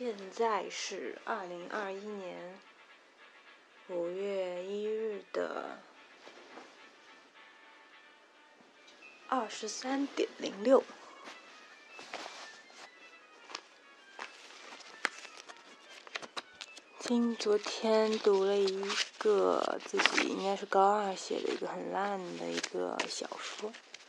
现在是2021年5月1日的23:06。昨天读了一个自己应该是高2写的一个很烂的一个小说，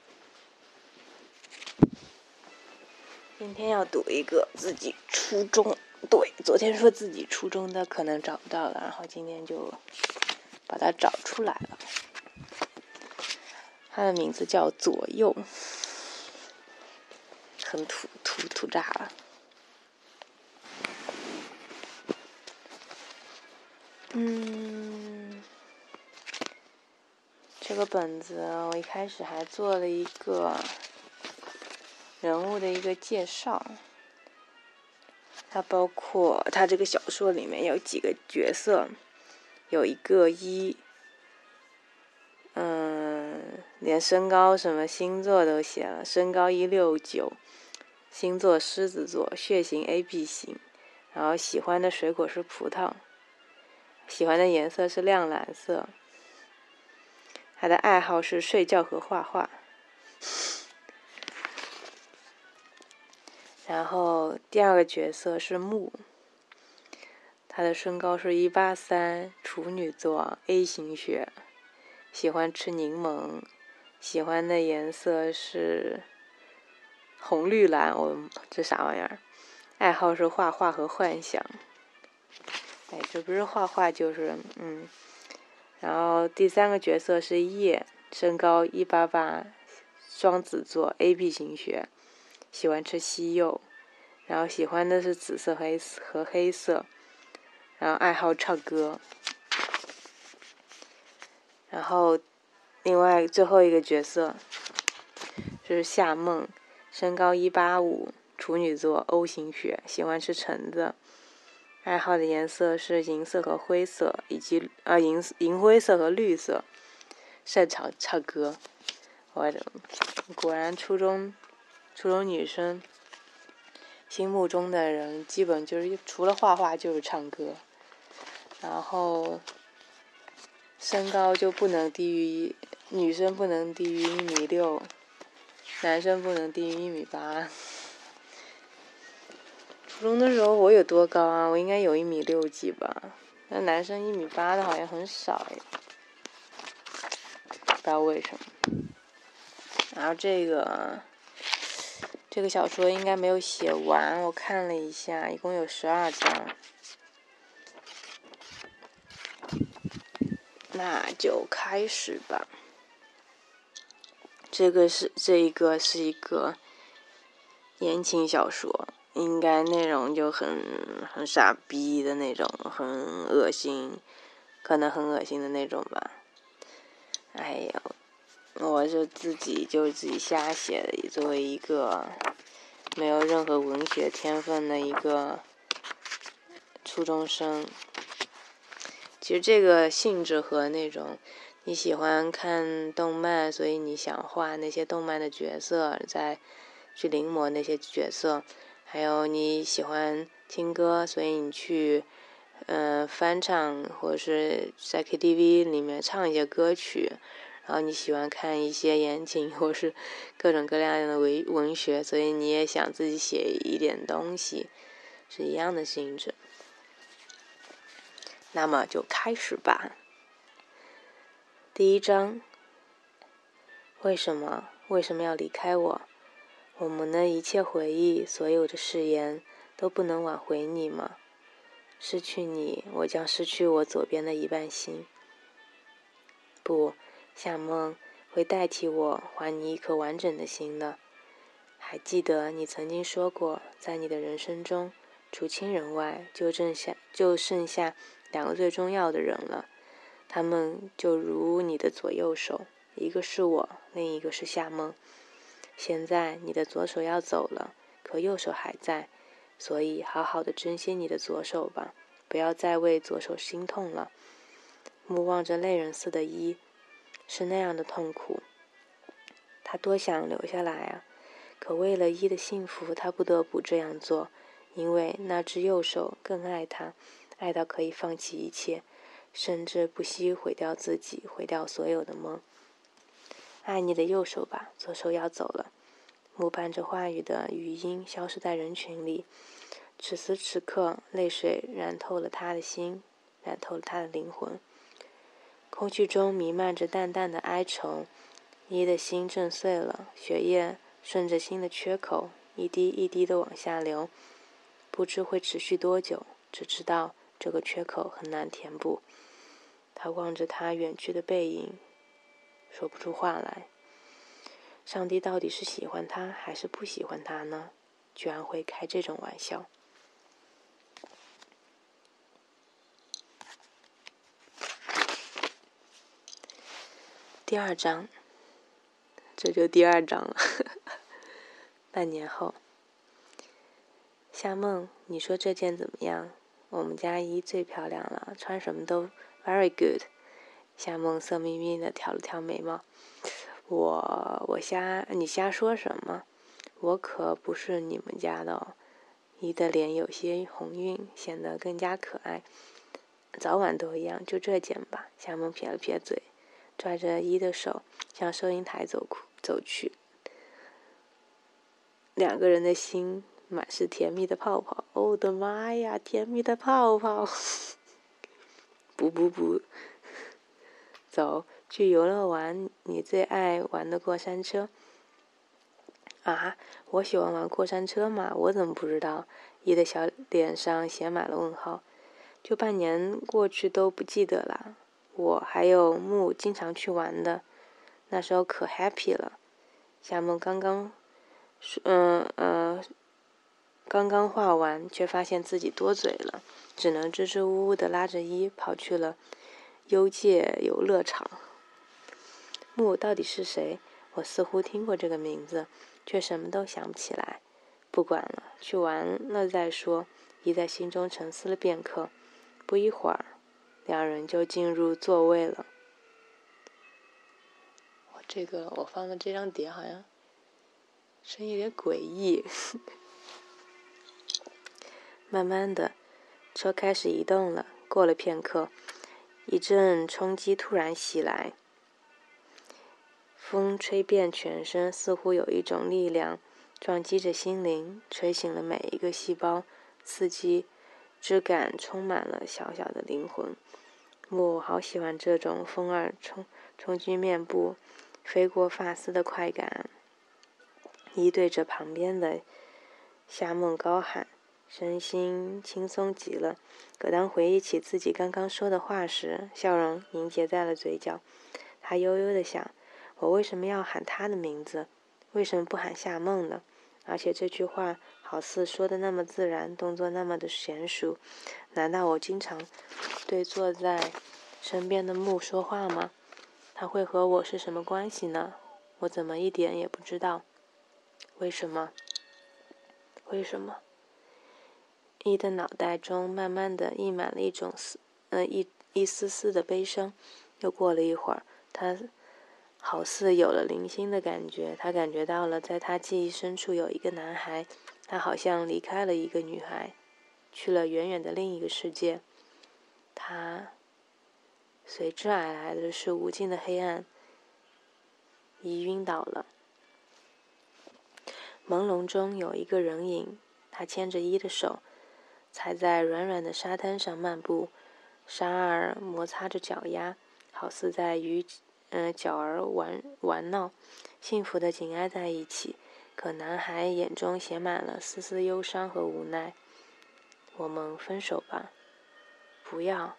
今天要读一个自己初中，对，昨天说自己初中的可能找不到了，然后今天就把它找出来了。它的名字叫左右，很土炸了。这个本子我一开始还做了一个人物的一个介绍，它包括它这个小说里面有几个角色，有一个连身高什么星座都写了，身高169，星座狮子座，血型 AB 型，然后喜欢的水果是葡萄，喜欢的颜色是亮蓝色，他的爱好是睡觉和画画。然后第二个角色是木，他的身高是183，处女座 A 型血，喜欢吃柠檬，喜欢的颜色是红绿蓝，这啥玩意儿？爱好是画画和幻想。这不是画画就是然后第三个角色是叶，身高188，双子座 AB 型血，喜欢吃西柚，然后喜欢的是紫色和黑色，然后爱好唱歌。然后另外最后一个角色是夏梦，身高185，处女座 O 型血，喜欢吃橙子，爱好的颜色是银色和灰色，以及银灰色和绿色，擅长唱歌。果然初中女生心目中的人基本就是除了画画就是唱歌，然后身高就不能低于女生不能低于1.6米，男生不能低于1.8米。初中的时候我有多高啊？我应该有1.6米几吧，那男生1.8米的好像很少不知道为什么。然后这个小说应该没有写完，我看了一下，一共有12章。那就开始吧。这一个是一个言情小说，应该内容就很傻逼的那种，很恶心，可能很恶心的那种吧。我是自己瞎写的，作为一个没有任何文学天分的一个初中生。其实这个性质和那种你喜欢看动漫，所以你想画那些动漫的角色，再去临摹那些角色，还有你喜欢听歌，所以你去翻唱或者是在 KTV 里面唱一些歌曲，然后你喜欢看一些言情或是各种各样的文学，所以你也想自己写一点东西，是一样的性质。那么就开始吧。第1章，为什么要离开我？我们的一切回忆，所有的誓言，都不能挽回你吗？失去你，我将失去我左边的一半心。不，夏梦会代替我，还你一颗完整的心的。还记得你曾经说过，在你的人生中，除亲人外，就剩下2个最重要的人了。他们就如你的左右手，一个是我，另一个是夏梦。现在你的左手要走了，可右手还在，所以好好的珍惜你的左手吧，不要再为左手心痛了。目望着泪人似的伊，是那样的痛苦。他多想留下来啊，可为了伊的幸福，他不得不这样做， 因为那只右手更爱他，爱到可以放弃一切，甚至不惜毁掉自己，毁掉所有的梦。爱你的右手吧，左手要走了。木伴着话语的语音消失在人群里。此时此刻，泪水染透了他的心，染透了他的灵魂。空气中弥漫着淡淡的哀愁。伊的心震碎了，血液顺着心的缺口一滴一滴地往下流，不知会持续多久，只知道这个缺口很难填补。他望着他远去的背影，说不出话来。上帝到底是喜欢他还是不喜欢他呢？居然会开这种玩笑。第二章，这就第二章了。半年后，夏梦，你说这件怎么样？我们家姨最漂亮了，穿什么都 very good。夏梦色眯眯地挑了挑眉毛。你瞎说什么？我可不是你们家的哦。姨的脸有些红晕，显得更加可爱。早晚都一样，就这件吧。夏梦撇了撇嘴，抓着姨的手向收银台走去。两个人的心满是甜蜜的泡泡。我的妈呀，甜蜜的泡泡！不，走去游乐玩你最爱玩的过山车。啊，我喜欢玩过山车吗？我怎么不知道？姨的小脸上写满了问号。就半年过去都不记得啦。我还有木经常去玩的，那时候可 happy 了。夏梦刚刚画完，却发现自己多嘴了，只能支支吾吾地拉着衣跑去了幽界游乐场。木到底是谁？我似乎听过这个名字，却什么都想不起来。不管了，去玩了再说。姨在心中沉思了片刻，不一会儿，两人就进入座位了。我放的这张碟好像声音有点诡异。慢慢的，车开始移动了。过了片刻，一阵冲击突然袭来，风吹遍全身，似乎有一种力量撞击着心灵，吹醒了每一个细胞，刺激之感充满了小小的灵魂。我好喜欢这种风儿冲击面部，飞过发丝的快感。一对着旁边的夏梦高喊，身心轻松极了。可当回忆起自己刚刚说的话时，笑容凝结在了嘴角。他悠悠地想，我为什么要喊他的名字？为什么不喊夏梦呢？而且这句话好似说的那么自然，动作那么的娴熟。难道我经常对坐在身边的木说话吗？他会和我是什么关系呢？我怎么一点也不知道？为什么？伊的脑袋中慢慢的溢满了一丝丝的悲伤。又过了一会儿，他好似有了零星的感觉。他感觉到了，在他记忆深处有一个男孩，他好像离开了一个女孩，去了远远的另一个世界。他随之而来的是无尽的黑暗。伊晕倒了。朦胧中有一个人影，他牵着伊的手，踩在软软的沙滩上漫步，沙儿摩擦着脚丫，好似在与脚儿玩闹，幸福的紧挨在一起。可男孩眼中写满了丝丝忧伤和无奈。我们分手吧。不要，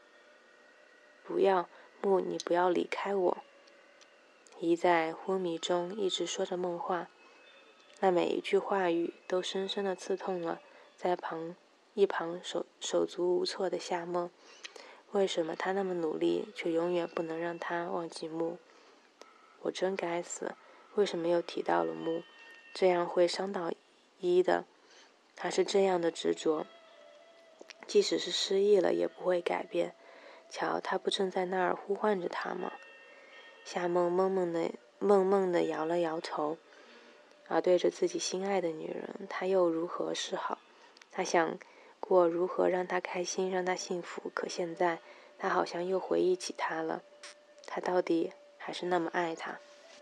木，你不要离开我。伊在昏迷中一直说着梦话，那每一句话语都深深地刺痛了在一旁手足无措的夏梦。为什么他那么努力，却永远不能让他忘记木？我真该死，为什么又提到了木？这样会伤到伊的。他是这样的执着，即使是失忆了也不会改变。瞧，他不正在那儿呼唤着他吗？夏梦梦梦地摇了摇头。而对着自己心爱的女人，他又如何是好？ 他想过如何让他开心，让他幸福，可现在他好像又回忆起他了，他到底还是那么爱他。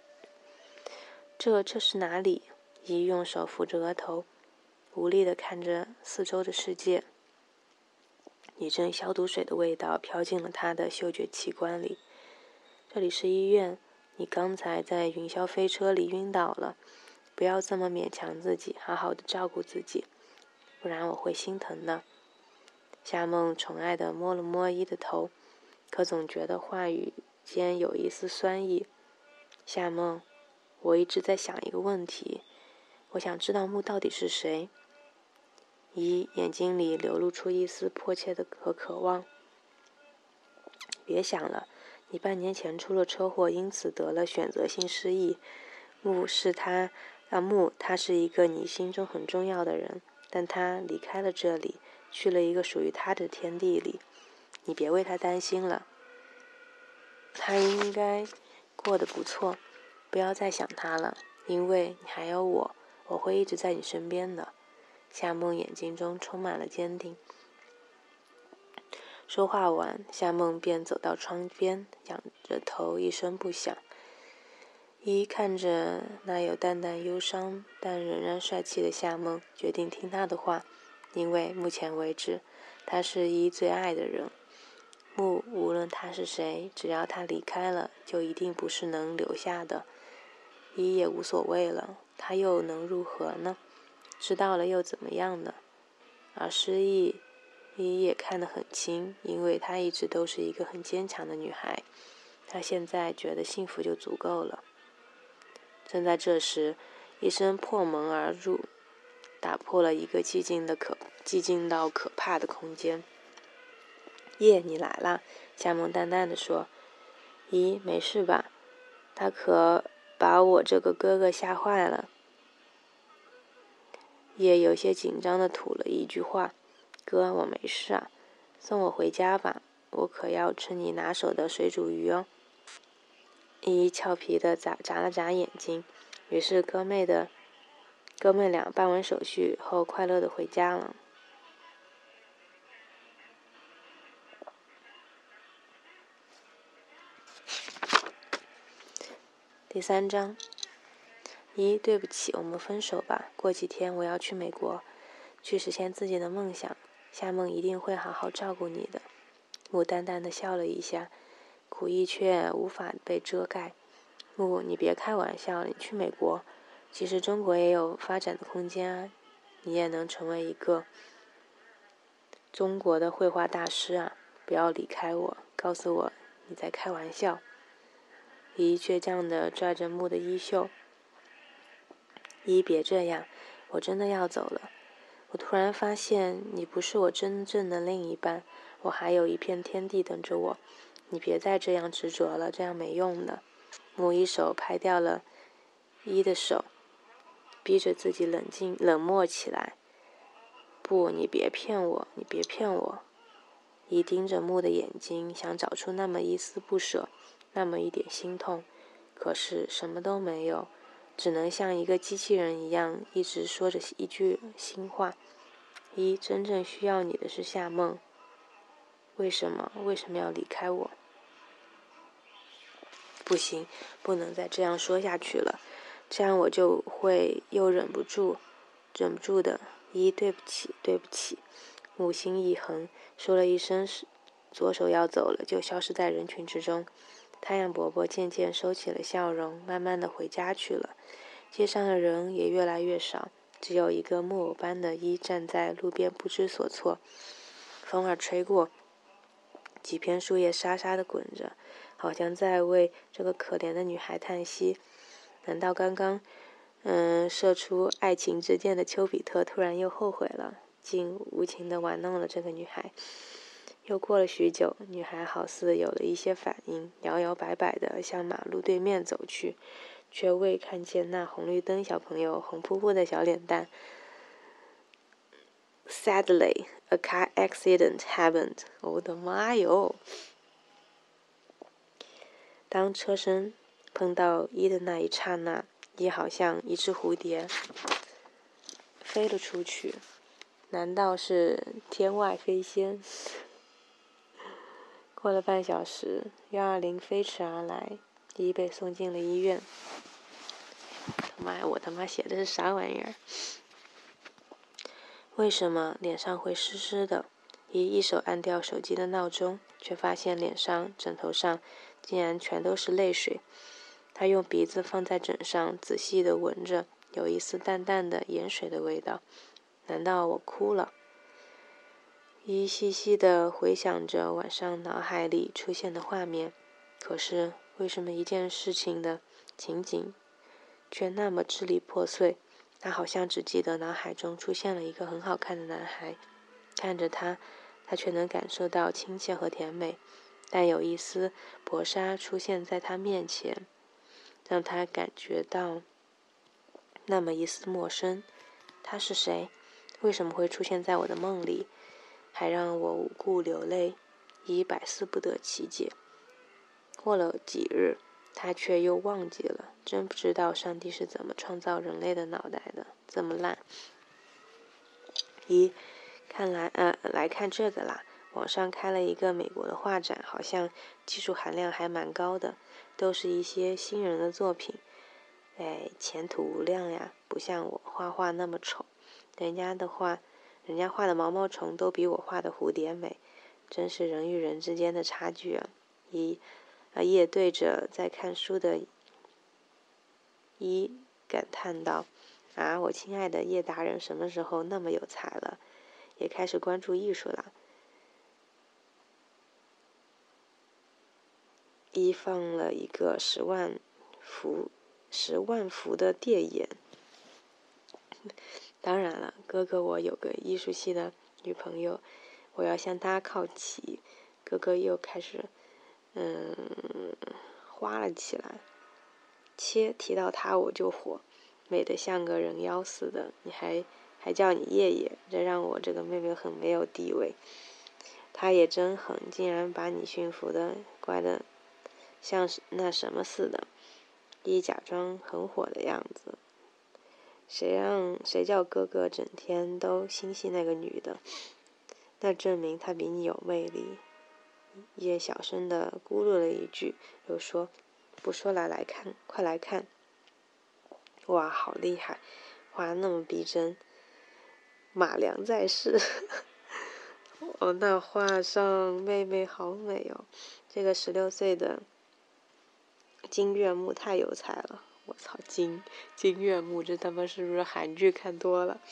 这是哪里？伊用手扶着额头，无力地看着四周的世界。一阵消毒水的味道飘进了他的嗅觉器官里。这里是医院，你刚才在云霄飞车里晕倒了，不要这么勉强自己，好好的照顾自己，不然我会心疼的。夏梦宠爱地摸了摸伊的头，可总觉得话语间有一丝酸意。夏梦，我一直在想一个问题，我想知道木到底是谁。伊眼睛里流露出一丝迫切的和渴望。别想了，你半年前出了车祸，因此得了选择性失忆。他是一个你心中很重要的人，但他离开了这里，去了一个属于他的天地里。你别为他担心了，他应该过得不错，不要再想他了，因为你还有我，我会一直在你身边的。夏梦眼睛中充满了坚定。说话完，夏梦便走到窗边，仰着头一声不响。伊看着那有淡淡忧伤但仍然帅气的夏梦，决定听他的话，因为目前为止他是伊最爱的人。木无论他是谁，只要他离开了，就一定不是能留下的。伊也无所谓了，他又能如何呢？知道了又怎么样呢？而失忆，伊也看得很清，因为她一直都是一个很坚强的女孩。她现在觉得幸福就足够了。正在这时，一声破门而入，打破了一个寂静到可怕的空间。叶，你来啦，夏梦淡淡地说。咦，没事吧？他可把我这个哥哥吓坏了。叶有些紧张地吐了一句话：哥，我没事啊，送我回家吧，我可要吃你拿手的水煮鱼哦。伊俏皮地眨了眨眼睛，于是哥妹俩办完手续后快乐地回家了。第3章。伊，对不起，我们分手吧，过几天我要去美国，去实现自己的梦想，夏梦一定会好好照顾你的。木淡淡地笑了一下，苦意却无法被遮盖。木，你别开玩笑了，你去美国，其实中国也有发展的空间啊，你也能成为一个中国的绘画大师啊，不要离开我，告诉我你在开玩笑。伊倔强地拽着木的衣袖。伊，别这样，我真的要走了。我突然发现你不是我真正的另一半，我还有一片天地等着我。你别再这样执着了，这样没用的。木一手拍掉了伊的手，逼着自己冷漠起来。不，你别骗我，你别骗我。伊盯着木的眼睛，想找出那么一丝不舍，那么一点心痛，可是什么都没有，只能像一个机器人一样一直说着一句心话。伊，真正需要你的是夏梦。为什么要离开我？不行，不能再这样说下去了，这样我就会又忍不住的。伊，对不起。木心一横，说了一声左手要走了，就消失在人群之中。太阳伯伯渐渐收起了笑容，慢慢的回家去了。街上的人也越来越少，只有一个木偶般的伊站在路边不知所措。风儿吹过，几片树叶沙沙地滚着，好像在为这个可怜的女孩叹息。难道刚刚射出爱情之箭的丘比特突然又后悔了，竟无情地玩弄了这个女孩？又过了许久，女孩好似有了一些反应，摇摇摆摆地向马路对面走去，却未看见那红绿灯小朋友红扑扑的小脸蛋。Sadly, a car accident happened. 我的妈哟！当车身碰到伊的那一刹那，伊好像一只蝴蝶飞了出去， 难道是天外飞仙？过了半小时，120飞驰而来，一被送进了医院。我他妈写的是啥玩意儿？为什么脸上会湿湿的？一手按掉手机的闹钟，却发现脸上、枕头上竟然全都是泪水。他用鼻子放在枕上，仔细地闻着，有一丝淡淡的盐水的味道。难道我哭了？依细细地回想着晚上脑海里出现的画面，可是为什么一件事情的情景却那么支离破碎？他好像只记得脑海中出现了一个很好看的男孩，看着他却能感受到亲切和甜美，但有一丝薄纱出现在他面前，让他感觉到那么一丝陌生。他是谁？为什么会出现在我的梦里，还让我无故流泪，已百思不得其解。过了几日，他却又忘记了，真不知道上帝是怎么创造人类的脑袋的，这么烂。来看这个啦，网上开了一个美国的画展，好像技术含量还蛮高的，都是一些新人的作品。前途无量呀，不像我画那么丑，人家画的毛毛虫都比我画的蝴蝶美，真是人与人之间的差距啊。叶对着在看书的一感叹道：我亲爱的叶大人什么时候那么有才了，也开始关注艺术了。一放了一个10万幅的电眼。当然了，哥哥我有个艺术系的女朋友，我要向她靠齐。哥又开始花了起来。提到她我就火，美得像个人妖似的，你还叫你爷爷，这让我这个妹妹很没有地位。她也真狠，竟然把你驯服的乖的像那什么似的，一假装很火的样子。谁叫哥哥整天都心系那个女的，那证明她比你有魅力。叶小声地咕噜了一句，又说：不说了，来看，快来看。哇，好厉害，画那么逼真，马良在世。那画上妹妹好美哦，这个16岁的金岳木太有才了。我操，金岳木，这他妈是不是韩剧看多了？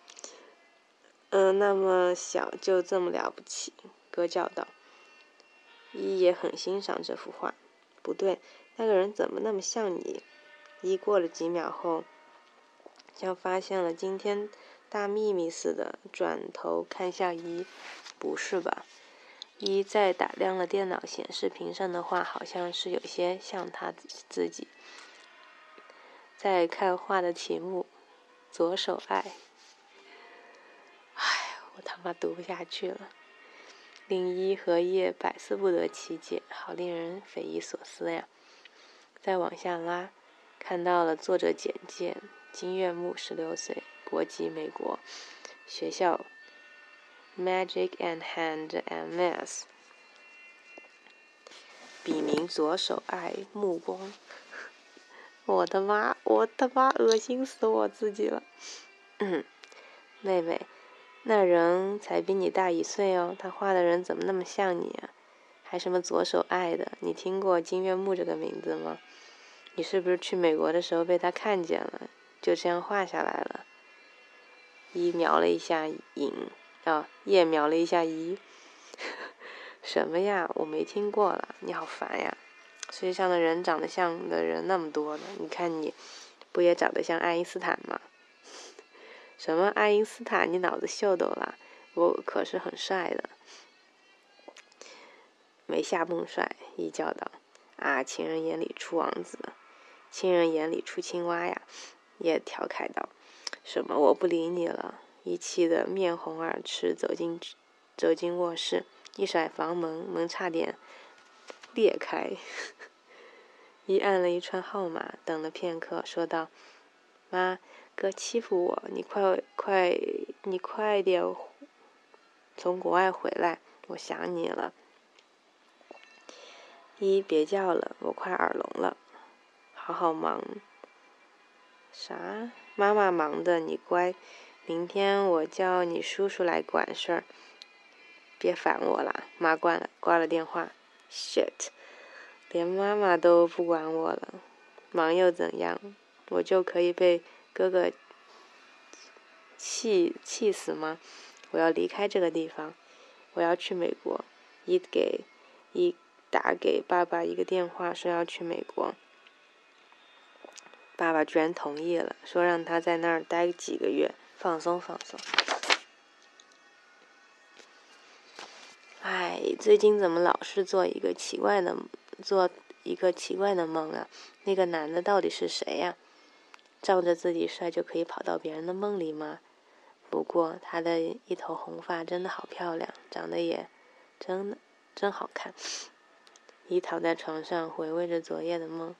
那么小就这么了不起，哥叫道。一也很欣赏这幅画。不对，那个人怎么那么像你？一过了几秒后，像发现了惊天大秘密似的，转头看向一。不是吧？一再打量了电脑显示屏上的画，好像是有些像他自己。再看画的题目，左手爱。我他妈读不下去了。令一和叶百思不得其解，好令人匪夷所思呀。再往下拉，看到了作者简介：金岳木16岁，国籍美国，学校 Magic and Hand MS， 笔名左手爱目光。我他妈恶心死我自己了。妹妹，那人才比你大1岁哦，他画的人怎么那么像你啊？还什么左手爱的，你听过金岳木这个名字吗？你是不是去美国的时候被他看见了，就这样画下来了？一瞄了一下叶瞄了一下一。什么呀，我没听过了，你好烦呀。世界上的人长得像的人那么多呢，你看你不也长得像爱因斯坦吗？什么爱因斯坦，你脑子秀逗了，我可是很帅的。没下蹦帅，一叫道：情人眼里出王子，情人眼里出青蛙呀。也调侃道：什么我不理你了。一气得面红耳赤，走进卧室，一甩房门，门差点裂开。一按了一串号码，等了片刻，说道： 妈，哥欺负我，你快点从国外回来，我想你了。一，别叫了，我快耳聋了。好好忙。啥？妈妈忙的，你乖。明天我叫你叔叔来管事儿。别烦我啦，妈挂了电话。Shit， 连妈妈都不管我了，忙又怎样？我就可以被哥哥气死吗？我要离开这个地方，我要去美国。一打给爸爸一个电话，说要去美国。爸爸居然同意了，说让他在那儿待几个月，放松放松。最近怎么老是做一个奇怪的梦啊？那个男的到底是谁呀？仗着自己帅就可以跑到别人的梦里吗？不过他的一头红发真的好漂亮，长得也真好看。一躺在床上回味着昨夜的梦。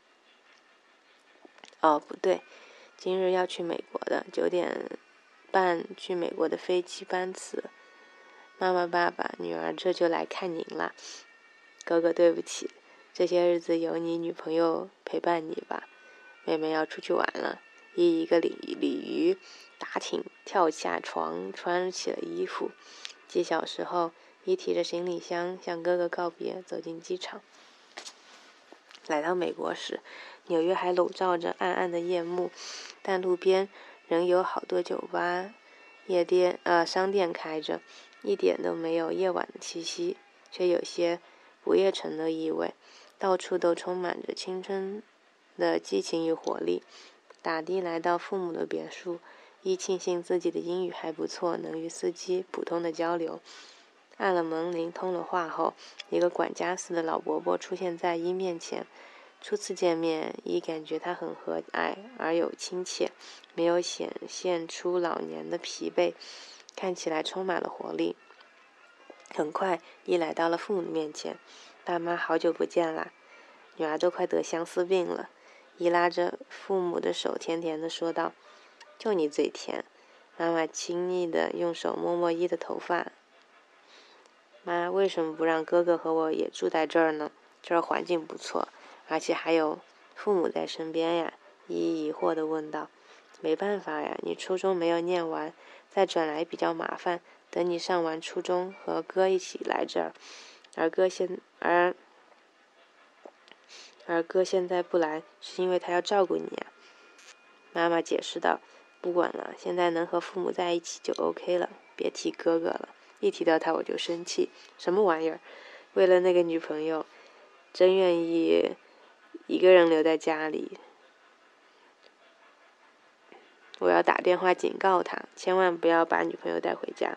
不对，今日要去美国的，9点半去美国的飞机班次。妈妈爸爸，女儿这就来看您啦。哥哥对不起，这些日子有你女朋友陪伴你吧。妹妹要出去玩了。一个鲤鱼打挺跳下床，穿起了衣服。几小时后，一提着行李箱向哥哥告别，走进机场。来到美国时，纽约还笼罩着暗暗的夜幕，但路边仍有好多酒吧、商店开着，一点都没有夜晚的气息，却有些不夜城的意味。到处都充满着青春的激情与活力。打的来到父母的别墅，一庆幸自己的英语还不错，能与司机普通的交流。按了门铃，通了话后，一个管家似的老伯伯出现在一面前。初次见面，一感觉他很和蔼而又亲切，没有显现出老年的疲惫，看起来充满了活力。很快，一来到了父母面前。爸妈好久不见啦，女儿都快得相思病了。一拉着父母的手，甜甜地说道：“就你嘴甜。”妈妈亲昵地用手摸摸一的头发。妈，为什么不让哥哥和我也住在这儿呢？这儿环境不错，而且还有父母在身边呀。一疑惑地问道。没办法呀，你初中没有念完，再转来比较麻烦。等你上完初中，和哥一起来这儿。而哥现在不来，是因为他要照顾你呀。妈妈解释道。不管了，现在能和父母在一起就 OK 了，别提哥哥了。一提到他我就生气，什么玩意儿？为了那个女朋友，真愿意一个人留在家里。我要打电话警告他，千万不要把女朋友带回家。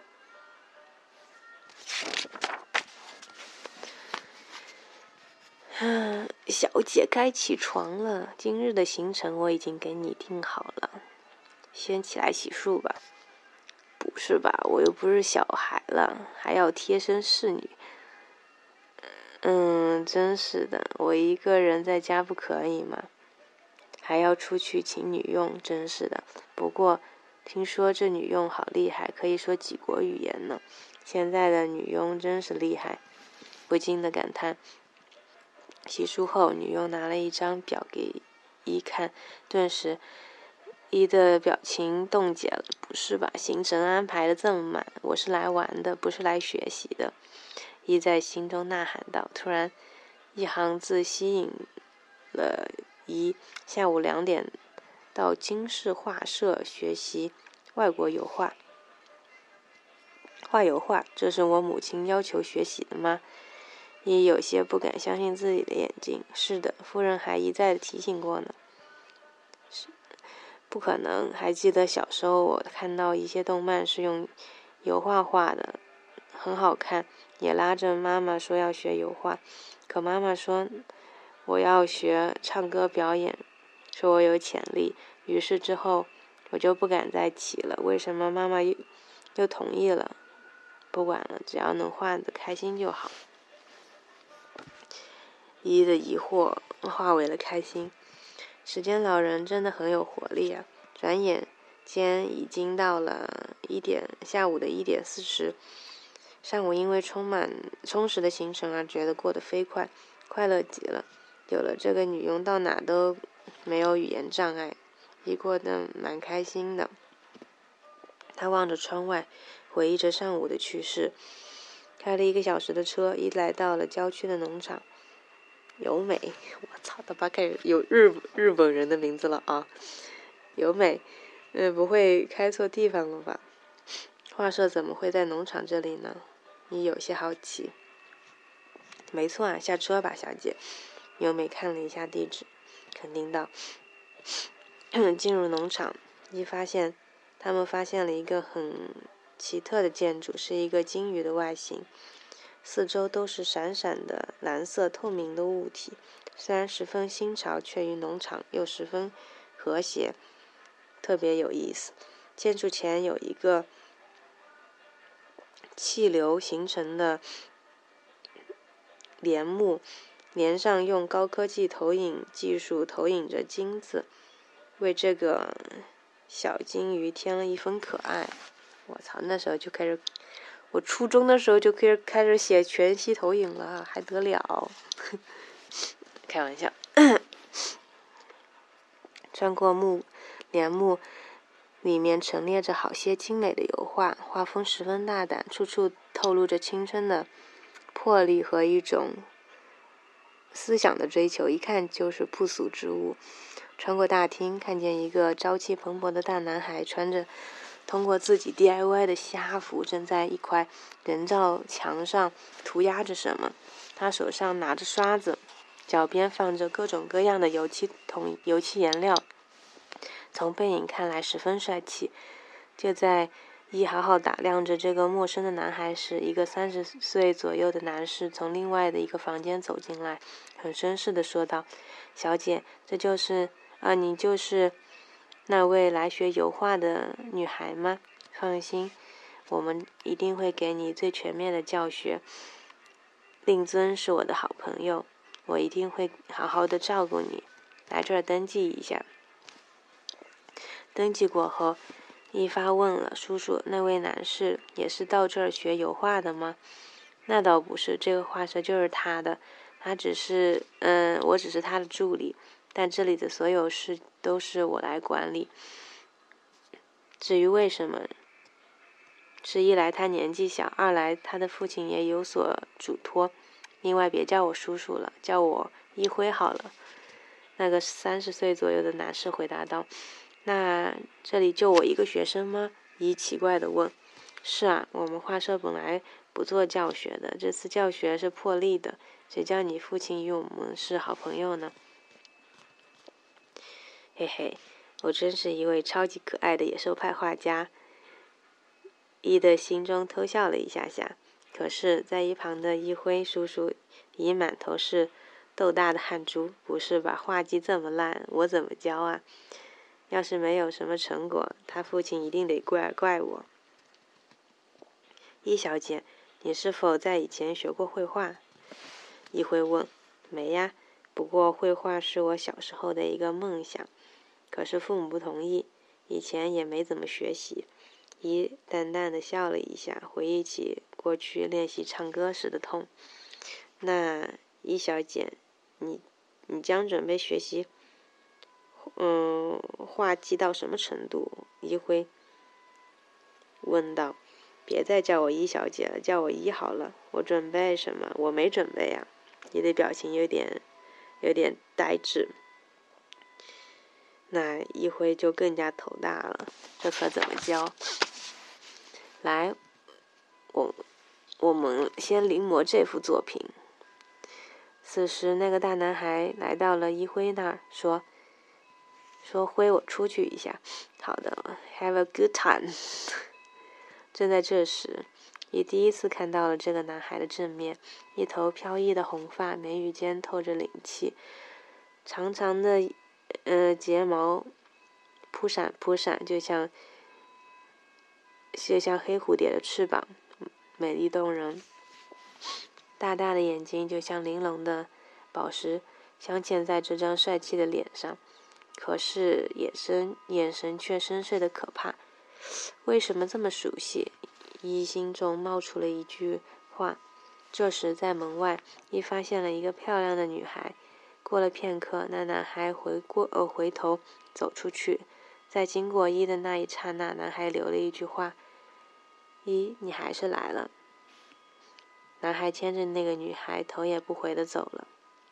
小姐该起床了，今日的行程我已经给你定好了，先起来洗漱吧。不是吧，我又不是小孩了，还要贴身侍女。真是的，我一个人在家不可以吗？还要出去请女佣，真是的。不过听说这女佣好厉害，可以说几国语言呢。现在的女佣真是厉害，不禁的感叹。洗漱后，女佣拿了一张表给一看，顿时一的表情冻结了。不是吧，行程安排的这么满，我是来玩的，不是来学习的。一在心中呐喊道。突然一行字吸引了一。下午2点到金氏画社学习外国油画。画油画，这是我母亲要求学习的吗？一有些不敢相信自己的眼睛。是的，夫人还一再的提醒过呢。不可能，还记得小时候我看到一些动漫是用油画画的，很好看，也拉着妈妈说要学油画。可妈妈说我要学唱歌表演，说我有潜力。于是之后我就不敢再提了。为什么妈妈又同意了？不管了，只要能画得开心就好。一的疑惑化为了开心。时间老人真的很有活力啊！ 转眼间已经到了下午的1点40。上午因为充实的行程而觉得过得飞快，快乐极了。有了这个女佣，到哪都没有语言障碍，也过得蛮开心的。他望着窗外，回忆着上午的趣事。开了1个小时的车，一来到了郊区的农场。由美，我操，他爸开始有日本人的名字了啊！由美，不会开错地方了吧？画社怎么会在农场这里呢？你有些好奇。没错啊，下车吧，小姐。由美看了一下地址，肯定道。进入农场，他们发现了一个很奇特的建筑，是一个鲸鱼的外形，四周都是闪闪的蓝色透明的物体，虽然十分新潮，却与农场又十分和谐，特别有意思。建筑前有一个气流形成的帘幕，帘上用高科技投影技术投影着金子，为这个小金鱼添了一分可爱。我操，那时候就开始，我初中的时候就开始写全息投影了，还得了？开玩笑。穿过帘幕，里面陈列着好些精美的油画，画风十分大胆，处处透露着青春的魄力和一种思想的追求，一看就是不俗之物。穿过大厅，看见一个朝气蓬勃的大男孩，通过自己 DIY 的虾服，正在一块人造墙上涂鸦着什么。他手上拿着刷子，脚边放着各种各样的油漆颜料，从背影看来十分帅气。就在一好好打量着这个陌生的男孩时，一个30岁左右的男士从另外的一个房间走进来，很绅士地说道：“小姐，你就是那位来学油画的女孩吗？放心，我们一定会给你最全面的教学。令尊是我的好朋友，我一定会好好的照顾你。来这儿登记一下。”登记过后，一发问了：“叔叔，那位男士也是到这儿学油画的吗？”“那倒不是，这个画社就是他的，我只是他的助理，但这里的所有事都是我来管理。至于为什么，是一来他年纪小，二来他的父亲也有所嘱托。另外别叫我叔叔了，叫我一辉好了。”那个30岁左右的男士回答道。“那这里就我一个学生吗？”一奇怪地问。“是啊，我们画社本来不做教学的，这次教学是破例的。谁叫你父亲与我们是好朋友呢？”“嘿嘿，我真是一位超级可爱的野兽派画家。”一的心中偷笑了一下下，可是在一旁的一辉叔叔已满头是豆大的汗珠。“不是吧，画技这么烂，我怎么教啊？要是没有什么成果，他父亲一定得怪我。”“一小姐，你是否在以前学过绘画？”一辉问。“没呀，不过绘画是我小时候的一个梦想，可是父母不同意，以前也没怎么学习。”一淡淡的笑了一下，回忆起过去练习唱歌时的痛。“那一小姐，你将准备学习画技到什么程度？”一辉问道。“别再叫我一小姐了，叫我一好了。”“我准备什么？我没准备啊。”你的表情有点呆滞。那一辉就更加头大了，这可怎么教？来，我们先临摹这幅作品。此时那个大男孩来到了一辉那儿，说辉，我出去一下。”“好的 ，Have a good time。”正在这时，一第一次看到了这个男孩的正面，一头飘逸的红发，眉宇间透着灵气，长长的睫毛扑闪扑闪，就像黑蝴蝶的翅膀，美丽动人。大大的眼睛就像玲珑的宝石镶嵌在这张帅气的脸上， 可是眼神却深邃的可怕。为什么这么熟悉？一心中冒出了一句话。这时在门外，一发现了一个漂亮的女孩。过了片刻，那男孩回头走出去，在经过一的那一刹那，男孩留了一句话：一，你还是来了。男孩牵着那个女孩，头也不回地走了。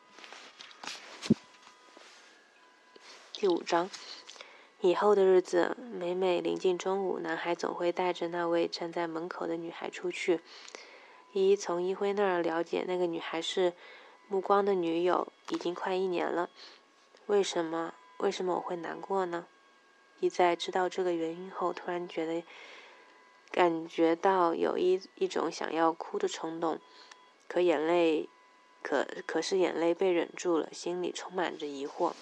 第5章，以后的日子，每临近中午，男孩总会带着那位站在门口的女孩出去。一从一辉那儿了解，那个女孩是目光的女友，已经快1年了。为什么我会难过呢？一在知道这个原因后，突然感觉到有一种想要哭的冲动，可是眼泪被忍住了，心里充满着疑惑。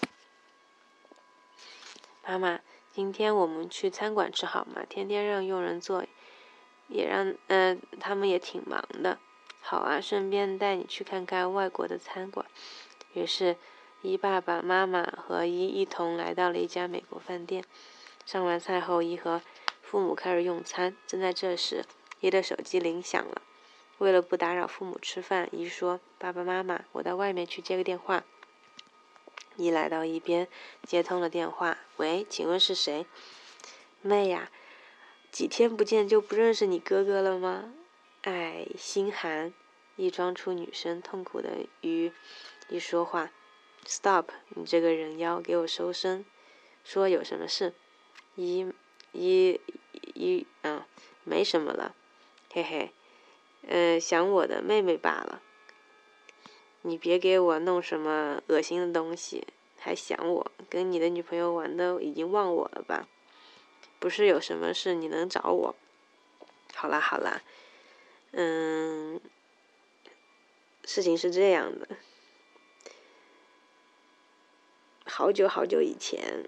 妈妈，今天我们去餐馆吃好吗？天天让佣人做，也让他们也挺忙的。好啊，顺便带你去看看外国的餐馆。于是，一爸爸妈妈和一同来到了一家美国饭店。上完菜后，一和父母开始用餐。正在这时，一的手机铃响了。为了不打扰父母吃饭，一说：“爸爸妈妈，我到外面去接个电话。”一来到一边，接通了电话。喂，请问是谁？妹呀，几天不见就不认识你哥哥了吗？哎，心寒。一装出女生痛苦的一说话。Stop， 你这个人妖，给我收声。说有什么事？没什么了，嘿嘿，想我的妹妹罢了。你别给我弄什么恶心的东西，还想我，跟你的女朋友玩的已经忘我了吧？不是有什么事你能找我？好啦，事情是这样的，好久以前，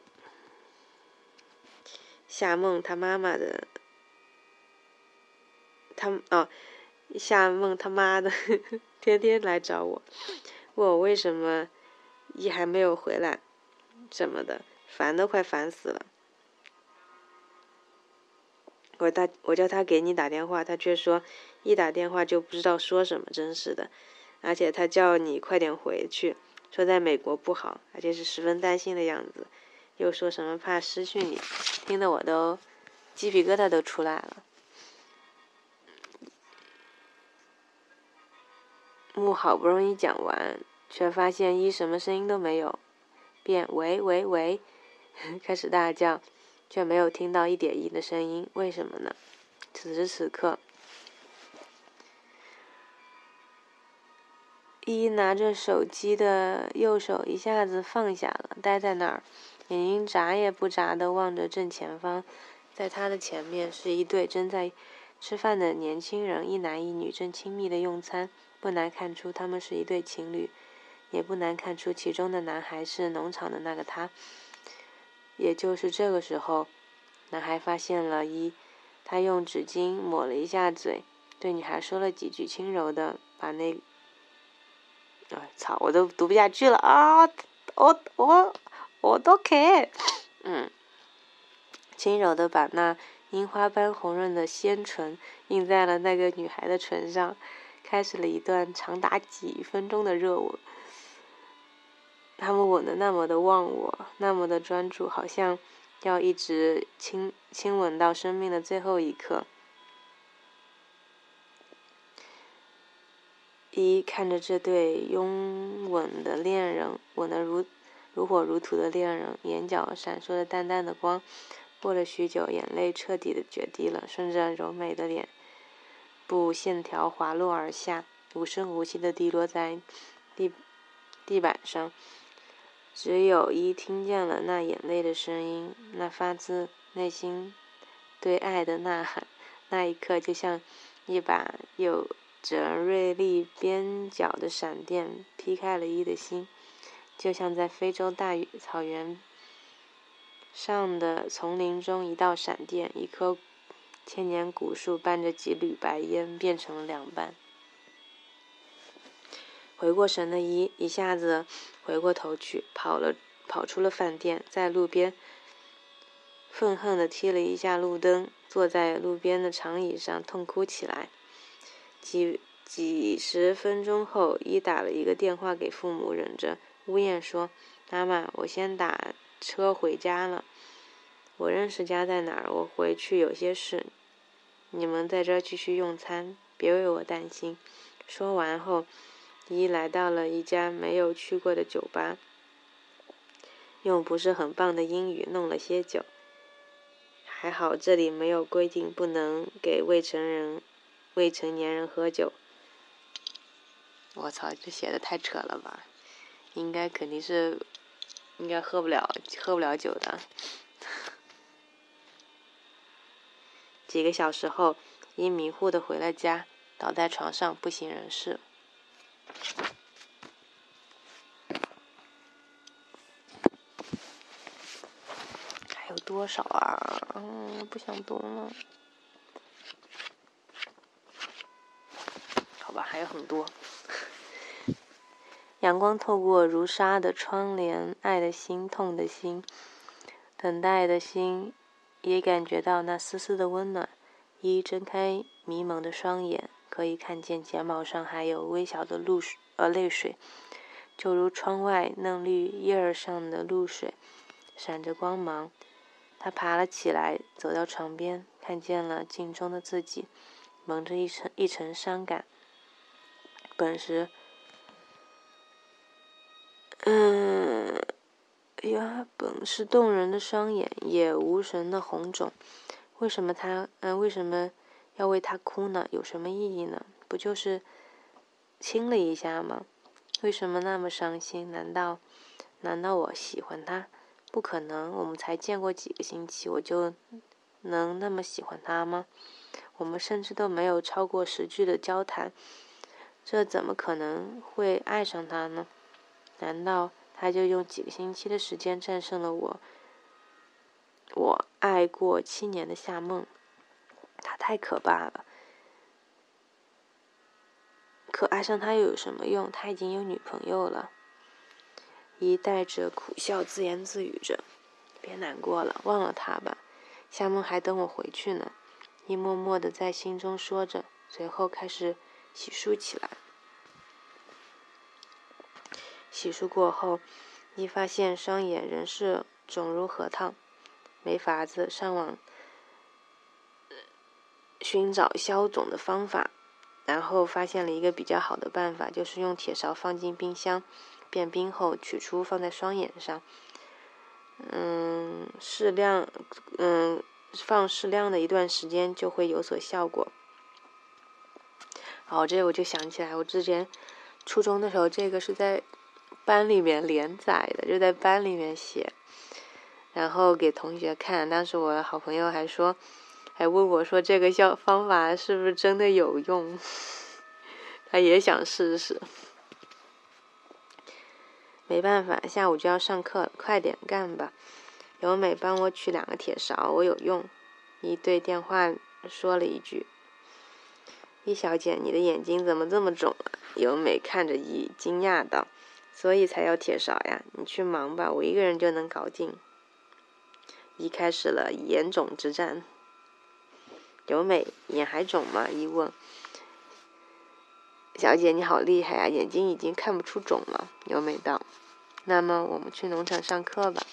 夏梦他妈妈的，夏梦他妈的天天来找我，问我为什么一还没有回来什么的，烦都快烦死了。我叫他给你打电话，他却说一打电话就不知道说什么，真是的。而且他叫你快点回去，说在美国不好，而且是十分担心的样子，又说什么怕失去你，听得我都鸡皮疙瘩都出来了。好不容易讲完，却发现一什么声音都没有，便喂开始大叫，却没有听到一点一的声音。为什么呢？此时此刻，一拿着手机的右手一下子放下了，呆在那儿，眼睛眨也不眨地望着正前方。在他的前面是一对正在吃饭的年轻人，一男一女正亲密地用餐。不难看出他们是一对情侣，也不难看出其中的男孩是农场的那个他。也就是这个时候，男孩发现了他用纸巾抹了一下嘴，对女孩说了几句，轻柔的把那我都读不下去了啊！我都可以，轻柔的把那樱花般红润的鲜唇印在了那个女孩的唇上，开始了一段长达几分钟的热吻。他们吻得那么的忘我，那么的专注，好像要一直亲吻到生命的最后一刻。看着这对拥吻的恋人，吻得如火如荼的恋人，眼角闪烁着淡淡的光。过了许久，眼泪彻底的决堤了，顺着柔美的脸部线条滑落而下，无声无息的滴落在地板上。只有听见了那眼泪的声音，那发自内心对爱的呐喊。那一刻，就像一把有着锐利边角的闪电劈开了的心，就像在非洲大草原上的丛林中一道闪电，一棵千年古树伴着几缕白烟变成了两半。回过神的一下子回过头去，跑跑出了饭店，在路边愤恨地踢了一下路灯，坐在路边的长椅上痛哭起来。几十分钟后，伊打了一个电话给父母，忍着呜咽说：“妈妈，我先打车回家了。我认识家在哪儿，我回去有些事。你们在这儿继续用餐，别为我担心。”说完后，伊来到了一家没有去过的酒吧，用不是很棒的英语弄了些酒。还好这里没有规定不能给未成年人喝酒。我操，这写的太扯了吧！肯定是喝不了酒的。几个小时后，伊迷糊地回了家，倒在床上不省人事。还有多少啊？不想读了。好吧，还有很多。阳光透过如纱的窗帘，爱的心，痛的心，等待的心也感觉到那丝丝的温暖。伊睁开迷蒙的双眼，可以看见睫毛上还有微小的泪水，就如窗外嫩绿叶儿上的露水，闪着光芒。他爬了起来，走到床边，看见了镜中的自己，蒙着一层伤感。本是动人的双眼，也无神的红肿。为什么要为他哭呢？有什么意义呢？不就是亲了一下吗？为什么那么伤心？难道我喜欢他？不可能，我们才见过几个星期，我就能那么喜欢他吗？我们甚至都没有超过10句的交谈，这怎么可能会爱上他呢？难道他就用几个星期的时间战胜了我爱过7年的夏梦？他太可怕了。可爱上他又有什么用？他已经有女朋友了。伊带着苦笑自言自语着：“别难过了，忘了他吧。夏梦还等我回去呢。”伊默默地在心中说着，随后开始洗漱起来。洗漱过后，伊发现双眼仍是肿如核桃，没法子上网寻找消肿的方法，然后发现了一个比较好的办法，就是用铁勺放进冰箱，变冰后取出放在双眼上，放适量的一段时间就会有所效果。这我就想起来，我之前初中的时候，这个是在班里面连载的，就在班里面写，然后给同学看。当时我的好朋友还问我说这个方法是不是真的有用，他也想试试。没办法，下午就要上课了，快点干吧。由美帮我取2个铁勺，我有用。伊对电话说了一句：“伊小姐，你的眼睛怎么这么肿啊？”由美看着伊，惊讶道：“所以才要铁勺呀，你去忙吧，我一个人就能搞定。”伊开始了眼肿之战。由美，眼还肿吗？伊问。小姐你好厉害啊，眼睛已经看不出肿了。由美道。那么我们去农场上课吧。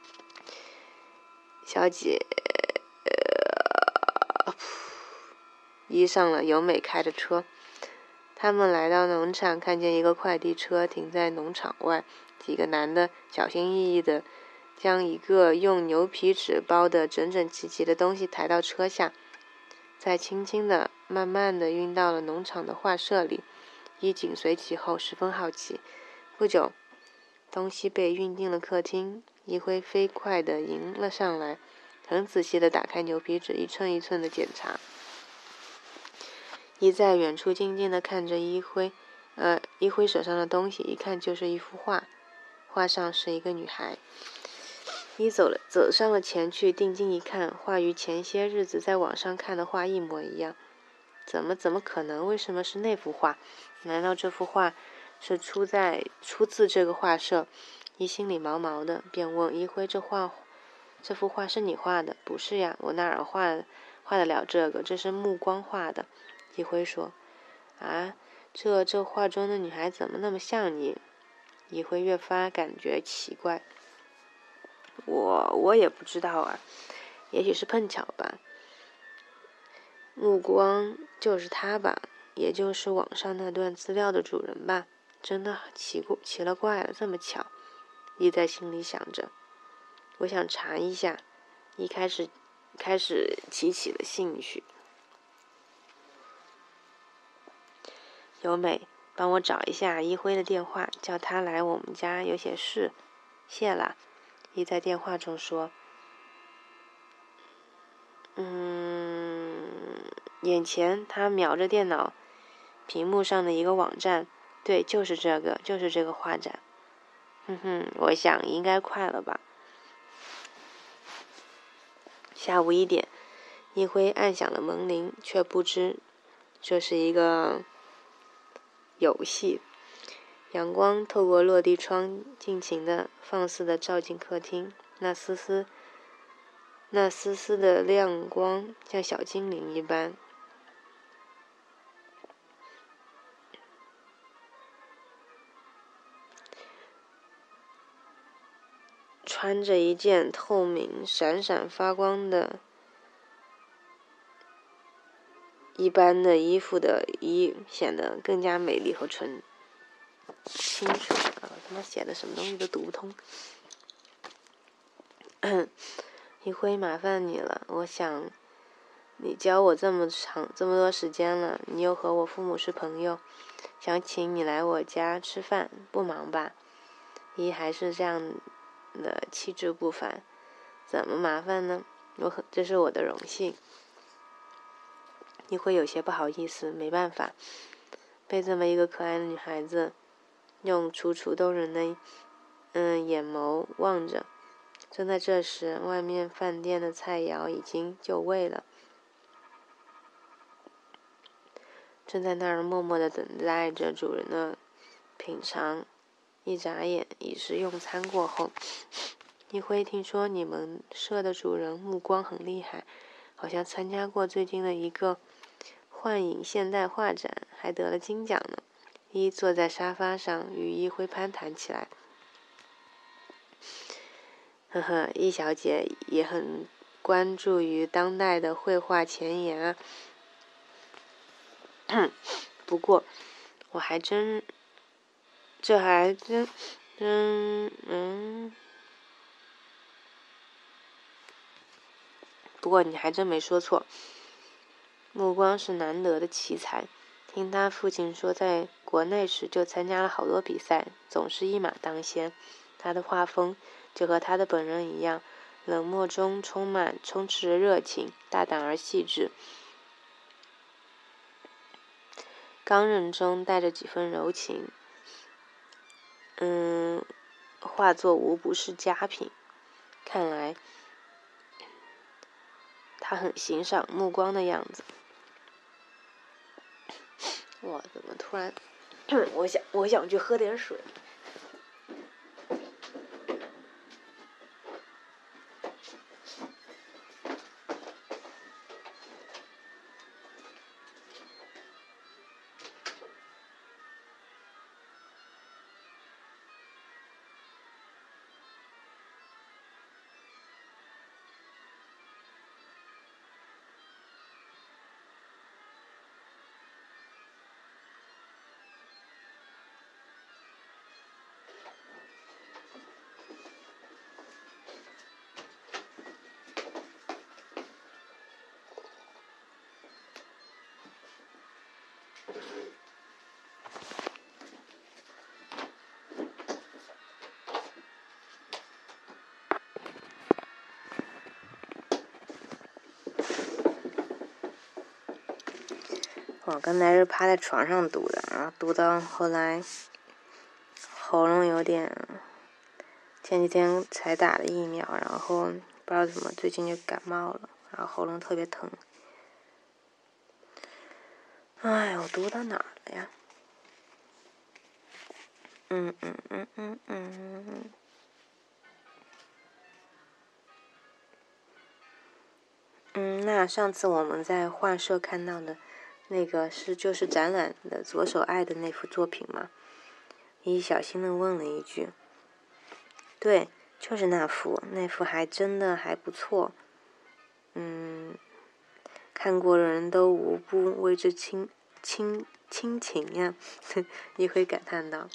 小姐，伊上了由美开的车。他们来到农场，看见一个快递车停在农场外，几个男的小心翼翼地将一个用牛皮纸包得整整齐齐的东西抬到车下，再轻轻地、慢慢地运到了农场的画舍里。伊紧随其后，十分好奇。不久，东西被运进了客厅，伊辉飞快地迎了上来，很仔细地打开牛皮纸，一寸一寸地检查。伊在远处静静地看着伊辉手上的东西，一看就是一幅画，画上是一个女孩。伊走上了前去，定睛一看，画与前些日子在网上看的画一模一样。怎么可能？为什么是那幅画？难道这幅画是出自这个画社？ 一心里毛毛的，便问一辉：“这幅画是你画的？”“不是呀，我哪儿画得了这个？这是目光画的。”一辉说：“啊，这画中的女孩怎么那么像你？”一辉越发感觉奇怪。我也不知道啊，也许是碰巧吧。目光就是他吧，也就是网上那段资料的主人吧。真的奇了怪了，这么巧。一在心里想着，我想查一下。一开始起了兴趣。由美，帮我找一下一辉的电话，叫他来我们家有些事。谢啦。一在电话中说。眼前他瞄着电脑屏幕上的一个网站，对，就是这个画展。我想应该快了吧。下午1点，一辉按响了门铃，却不知这是一个游戏。阳光透过落地窗，尽情的放肆的照进客厅，那丝丝的亮光像小精灵一般。穿着一件透明闪闪发光的一般的衣服的显得更加美丽和清楚。他妈写的什么东西都读不通。一辉，麻烦你了，我想你教我这么多时间了，你又和我父母是朋友，想请你来我家吃饭，不忙吧？一还是这样的气质不凡，怎么麻烦呢？这是我的荣幸。一辉有些不好意思，没办法，被这么一个可爱的女孩子用楚楚动人的眼眸望着。正在这时，外面饭店的菜肴已经就位了，正在那儿默默地等待着主人的品尝。一眨眼已是用餐过后。一辉，听说你们社的主人目光很厉害，好像参加过最近的一个幻影现代画展，还得了金奖呢。一坐在沙发上与一辉攀谈起来。一小姐也很关注于当代的绘画前沿啊。不过我还真不过你还真没说错，目光是难得的奇才。听他父亲说，在国内时就参加了好多比赛，总是一马当先。他的画风就和他的本人一样，冷漠中充斥着热情，大胆而细致，刚韧中带着几分柔情。画作无不是佳品，看来他很欣赏目光的样子。我怎么突然我想去喝点水。我刚才是趴在床上读的，然后读到后来喉咙有点，前几天才打的疫苗，然后不知道怎么最近就感冒了，然后喉咙特别疼。哎，我读到哪儿了呀？ 那上次我们在画社看到的那个就是展览的左手爱的那幅作品吗？一小心地问了一句。对，就是那幅还真的还不错。看过的人都无不为之亲情呀，一辉感叹道。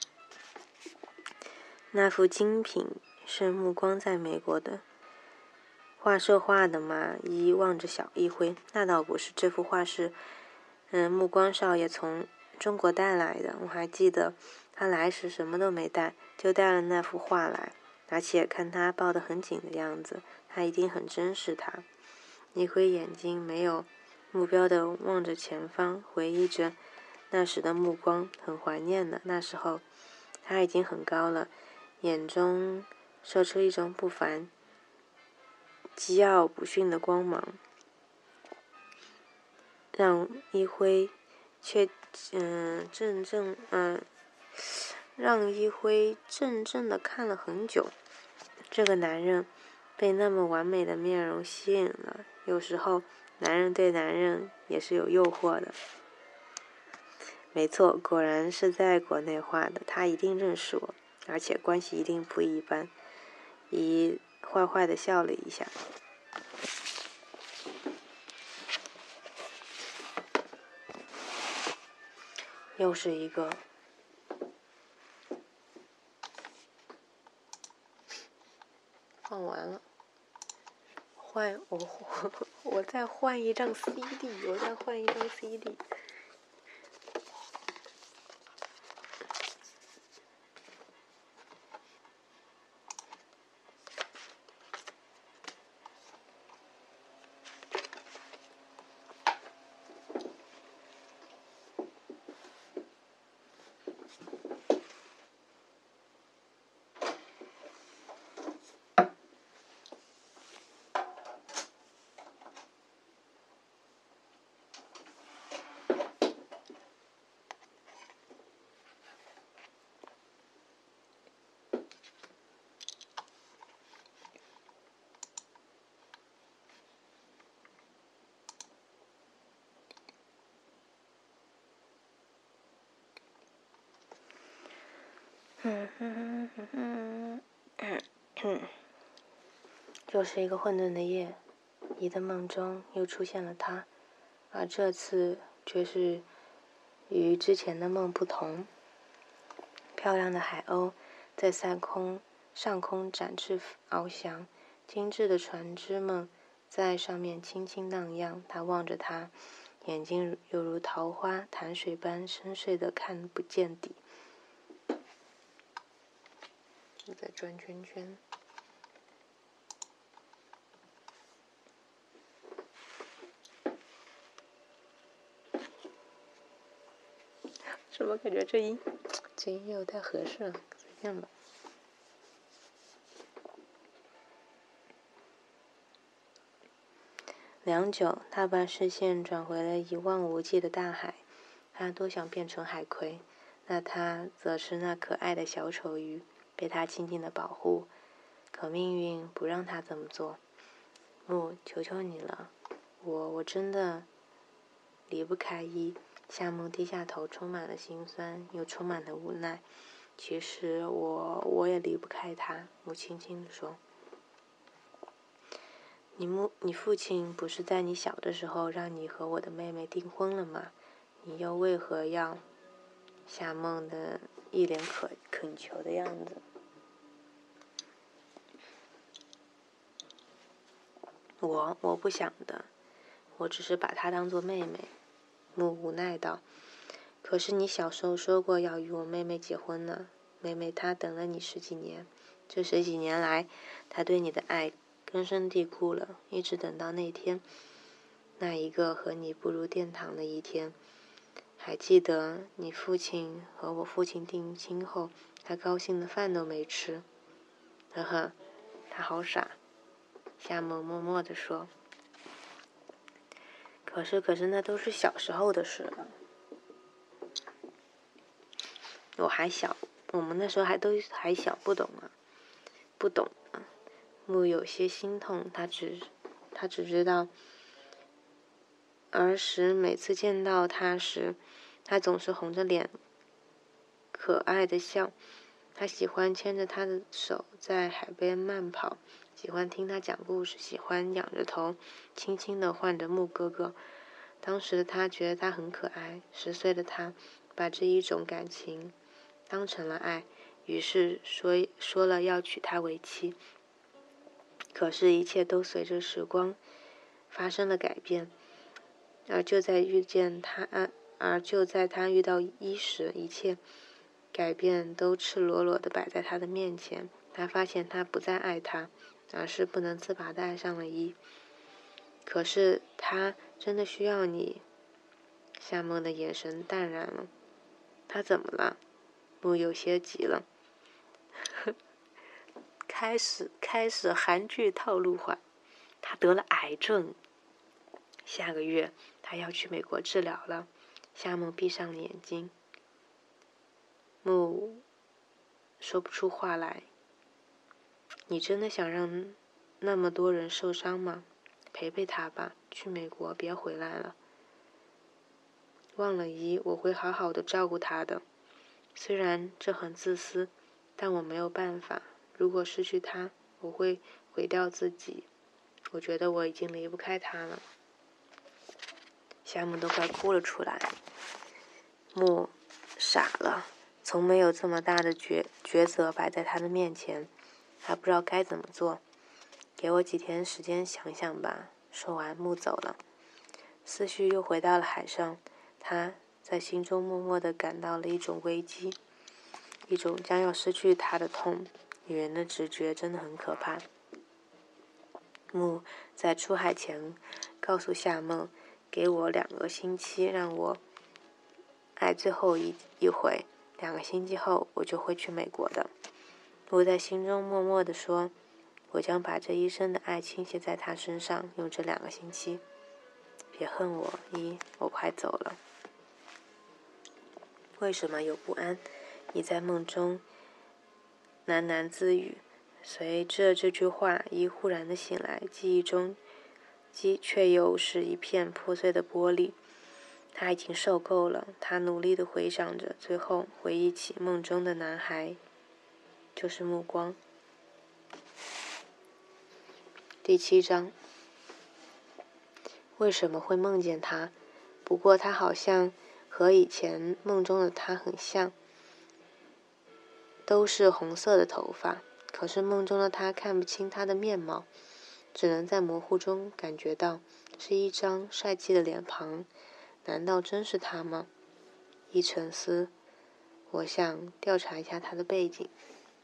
那幅精品是目光在美国的画社画的嘛？一望着小一辉，那倒不是，这幅画是目光少爷从中国带来的。我还记得他来时什么都没带，就带了那幅画来，而且看他抱得很紧的样子，他一定很珍视它。一辉眼睛没有目标地望着前方，回忆着那时的目光，很怀念的。那时候他已经很高了，眼中射出一种不凡、激傲不逊的光芒，让一辉怔怔地看了很久。这个男人被那么完美的面容吸引了。有时候男人对男人也是有诱惑的。没错，果然是在国内画的，他一定认识我，而且关系一定不一般。一坏坏地笑了一下。又是一个放完了，我再换一张 CD， 又是一个混沌的夜，你的梦中又出现了他，而这次却是与之前的梦不同。漂亮的海鸥在上空展翅翱翔，精致的船只们在上面轻轻荡漾。他望着他，眼睛犹如桃花潭水般深邃的看不见底。我在转圈圈。怎么感觉这音又太合适了？随便吧。良久，他把视线转回了一望无际的大海。他多想变成海葵，那他则是那可爱的小丑鱼，被他紧紧的保护。可命运不让他这么做。木，求求你了，我真的离不开一。夏梦低下头，充满了心酸，又充满了无奈。其实我也离不开他，木轻轻地说。你父亲不是在你小的时候让你和我的妹妹订婚了吗？你又为何要？夏梦的一脸恳求的样子。我不想的，我只是把她当作妹妹。木无奈道。可是你小时候说过要与我妹妹结婚呢。妹妹她等了你10几年，这10几年来，她对你的爱根深蒂固了，一直等到那天，那一个和你步入殿堂的一天。还记得你父亲和我父亲定亲后，他高兴的饭都没吃。呵呵，他好傻。夏梦默默地说。可是那都是小时候的事了。我还小，我们那时候还小，不懂啊。木有些心痛，他只知道儿时每次见到他时，他总是红着脸可爱的笑。他喜欢牵着他的手在海边慢跑，喜欢听他讲故事，喜欢仰着头轻轻地唤着木哥哥。当时的他觉得他很可爱，10岁的他把这一种感情当成了爱，于是说了要娶她为妻。可是，一切都随着时光发生了改变，而就在他遇到一时，一切改变都赤裸裸地摆在他的面前。他发现他不再爱他，而是不能自拔地爱上了一。可是他真的需要你？夏梦的眼神淡然了。他怎么了？木有些急了。开始韩剧套路化。他得了癌症，下个月他要去美国治疗了。夏梦闭上了眼睛。木说不出话来。你真的想让那么多人受伤吗？陪陪他吧，去美国别回来了。忘了姨，我会好好的照顾他的。虽然这很自私，但我没有办法。如果失去他，我会毁掉自己。我觉得我已经离不开他了。夏梦都快哭了出来。木傻了，从没有这么大的抉择摆在他的面前，他不知道该怎么做。给我几天时间想想吧。说完，木走了，思绪又回到了海上。他在心中默默地感到了一种危机，一种将要失去他的痛。女人的直觉真的很可怕。木在出海前告诉夏梦，给我2个星期，让我爱最后一回，2个星期后我就会去美国的。木在心中默默地说，我将把这一生的爱倾泻在他身上，用这2个星期。别恨我，我快走了。为什么有不安？你在梦中喃喃自语。随着这句话，忽然的醒来，记忆中却又是一片破碎的玻璃。他已经受够了，他努力地回想着，最后回忆起梦中的男孩就是目光。第7章。为什么会梦见他？不过他好像和以前梦中的他很像，都是红色的头发。可是梦中的他看不清他的面貌，只能在模糊中感觉到是一张帅气的脸庞。难道真是他吗？一沉思，我想调查一下他的背景。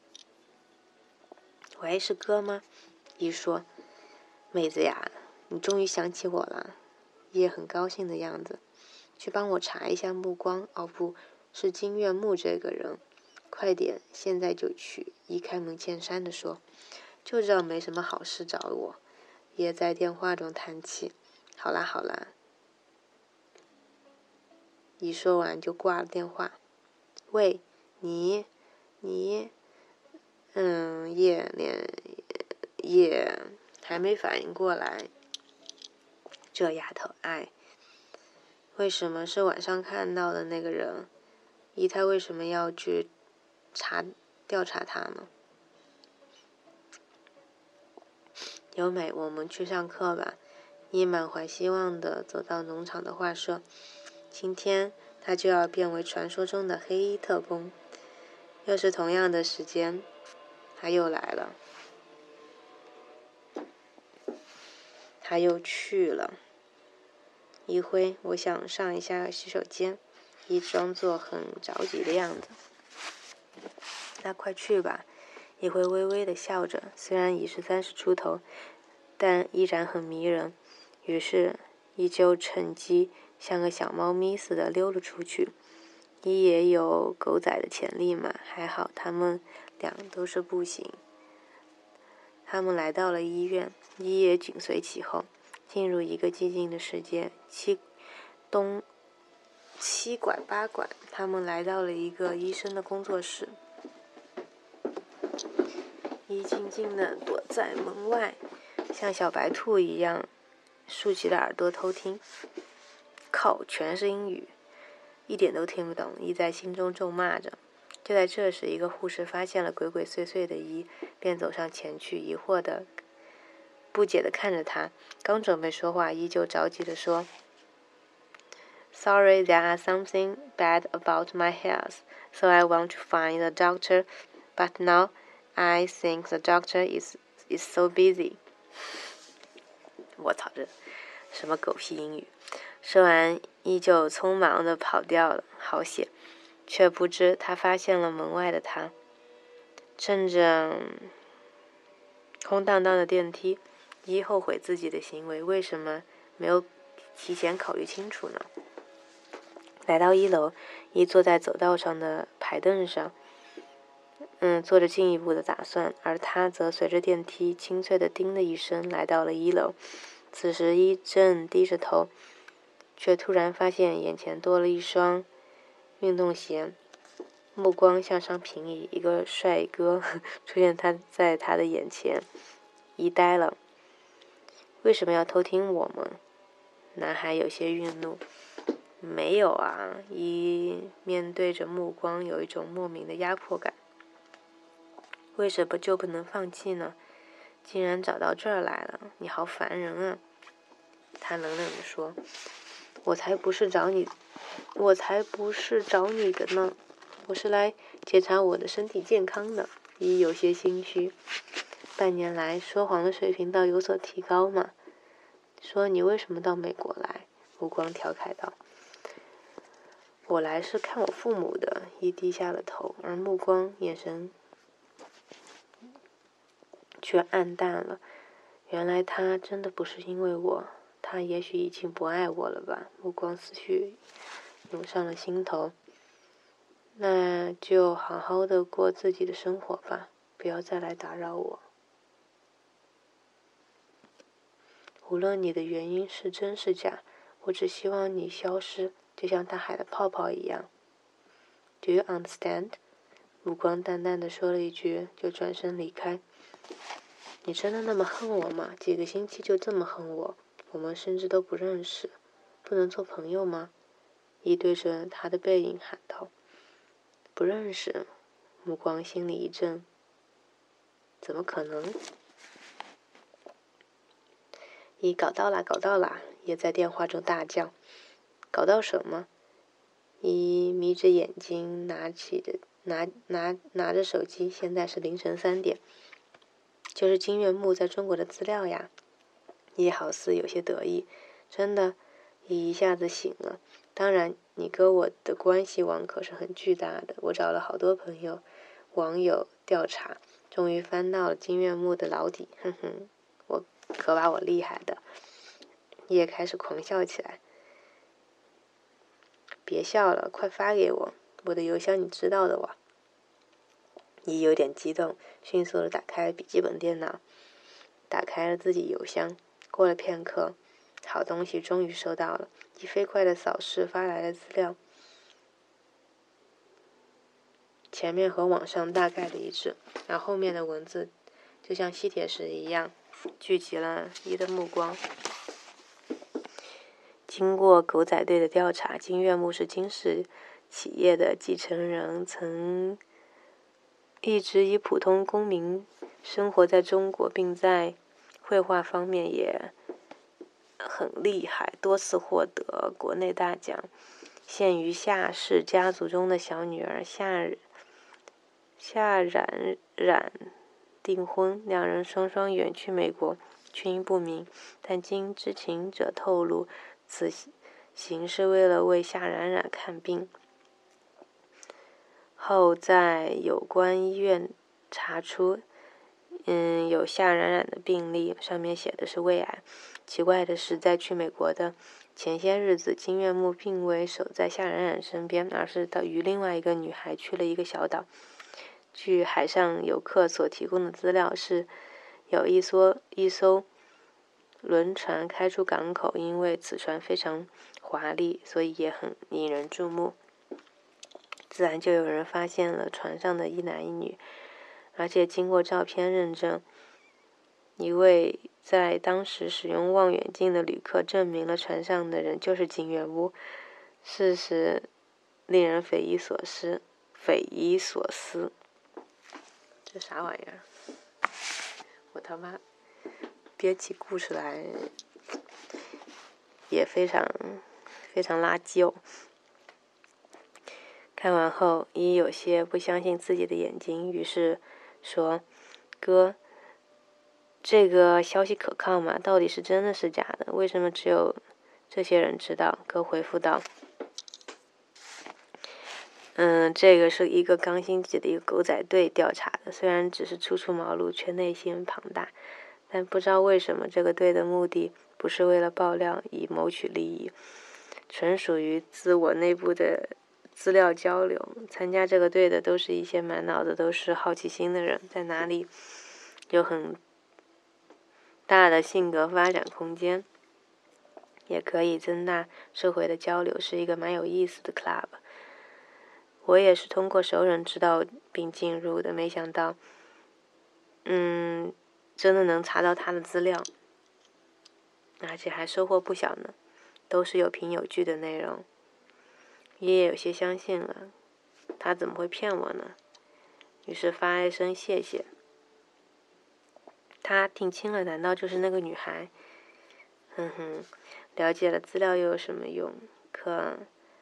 喂，是哥吗？一说，妹子呀，你终于想起我了。叶很高兴的样子。去帮我查一下目光，不是金岳木这个人。快点，现在就去。一开门见山地说，就知道没什么好事找我。叶在电话中叹气。好啦好啦。一说完就挂了电话。喂，你叶还没反应过来。这丫头为什么是晚上看到的那个人？他为什么要去调查他呢？优美，我们去上课吧。满怀希望地走到农场的画社。今天他就要变为传说中的黑衣特工。又是同样的时间，他又来了。他又去了。一辉，我想上一下洗手间。装作很着急的样子。那快去吧。一辉微微地笑着，虽然已是30出头，但依然很迷人。于是就趁机像个小猫咪似的溜了出去。也有狗仔的潜力嘛，还好他们俩都是步行。他们来到了医院，也紧随其后，进入一个寂静的世界。七拐八拐，他们来到了一个医生的工作室。静静地躲在门外，像小白兔一样竖起了耳朵偷听。 靠，全是英语，一点都听不懂。伊在心中咒骂着。就在这时，一个护士发现了鬼鬼祟祟的伊，便走上前去，疑惑的、不解的看着他。刚准备说话，伊就着急的说：“Sorry, there are something bad about my health, so I want to find a doctor, but now I think the doctor is so busy.” 我操，这什么狗屁英语！说完，伊就匆忙的跑掉了。好险！却不知他发现了门外的他，趁着空荡荡的电梯，伊后悔自己的行为，为什么没有提前考虑清楚呢？来到1楼，伊坐在走道上的排凳上，做着进一步的打算，而他则随着电梯清脆的叮的一声来到了1楼。此时伊正低着头，却突然发现眼前多了一双运动鞋，目光向上平移，一个帅哥出现在他的眼前，伊呆了。为什么要偷听我们？男孩有些愠怒。没有啊，伊面对着目光有一种莫名的压迫感。为什么就不能放弃呢？竟然找到这儿来了，你好烦人啊！他冷冷地说：“我才不是找你的呢，我是来检查我的身体健康的。”伊有些心虚，半年来说谎的水平倒有所提高嘛。说你为什么到美国来？目光调侃道。我来是看我父母的。伊低下了头，而目光眼神却暗淡了。原来他真的不是因为我，他也许已经不爱我了吧？目光思绪涌上了心头。那就好好的过自己的生活吧，不要再来打扰我。无论你的原因是真是假，我只希望你消失，就像大海的泡泡一样。Do you understand？ 目光淡淡的说了一句，就转身离开。你真的那么恨我吗？几个星期就这么恨我？我们甚至都不认识，不能做朋友吗？伊对着他的背影喊道。不认识。目光心里一震，怎么可能？伊搞到啦！也在电话中大叫。搞到什么？伊眯着眼睛拿着手机，现在是凌晨3点。就是金岳木在中国的资料呀。伊好似有些得意。真的？伊一下子醒了。当然，你跟我的关系网可是很巨大的，我找了好多朋友、网友调查，终于翻到了金岳木的老底。哼哼，我可把我厉害的。也开始狂笑起来。别笑了，快发给我，我的邮箱你知道的哇。伊有点激动，迅速地打开笔记本电脑，打开了自己邮箱。过了片刻，好东西终于收到了。伊飞快地扫视发来的资料，前面和网上大概的一致，而后面的文字就像吸铁石一样聚集了伊的目光。经过狗仔队的调查，金岳木是金氏企业的继承人，曾一直以普通公民生活在中国，并在绘画方面也很厉害，多次获得国内大奖。现于夏氏家族中的小女儿夏冉订婚，两人双双远去美国，去因不明。但经知情者透露，此行是为了为夏冉看病。后在有关医院查出，有夏冉的病历，上面写的是胃癌。奇怪的是，在去美国的前些日子，金岳木并未守在夏冉身边，而是与另外一个女孩去了一个小岛。据海上游客所提供的资料是，有一艘轮船开出港口，因为此船非常华丽，所以也很引人注目。自然就有人发现了船上的一男一女，而且经过照片认证，一位在当时使用望远镜的旅客证明了船上的人就是金月屋，事实令人匪夷所思。这啥玩意儿？我他妈编起故事来也非常垃圾哦。看完后，伊有些不相信自己的眼睛，于是说：“哥，这个消息可靠吗？到底是真的是假的？为什么只有这些人知道？”哥回复道：“这个是一个刚兴起的一个狗仔队调查的，虽然只是初出茅庐，却内心庞大。但不知道为什么，这个队的目的不是为了爆料以谋取利益，纯属于自我内部的资料交流。参加这个队的都是一些满脑子都是好奇心的人，在哪里有很大的性格发展空间，也可以增大社会的交流，是一个蛮有意思的 club。我也是通过熟人知道并进入的，没想到真的能查到他的资料，而且还收获不小呢，都是有凭有据的内容。也有些相信了，他怎么会骗我呢？于是发一声谢谢。他听清了，难道就是那个女孩？了解了资料又有什么用？可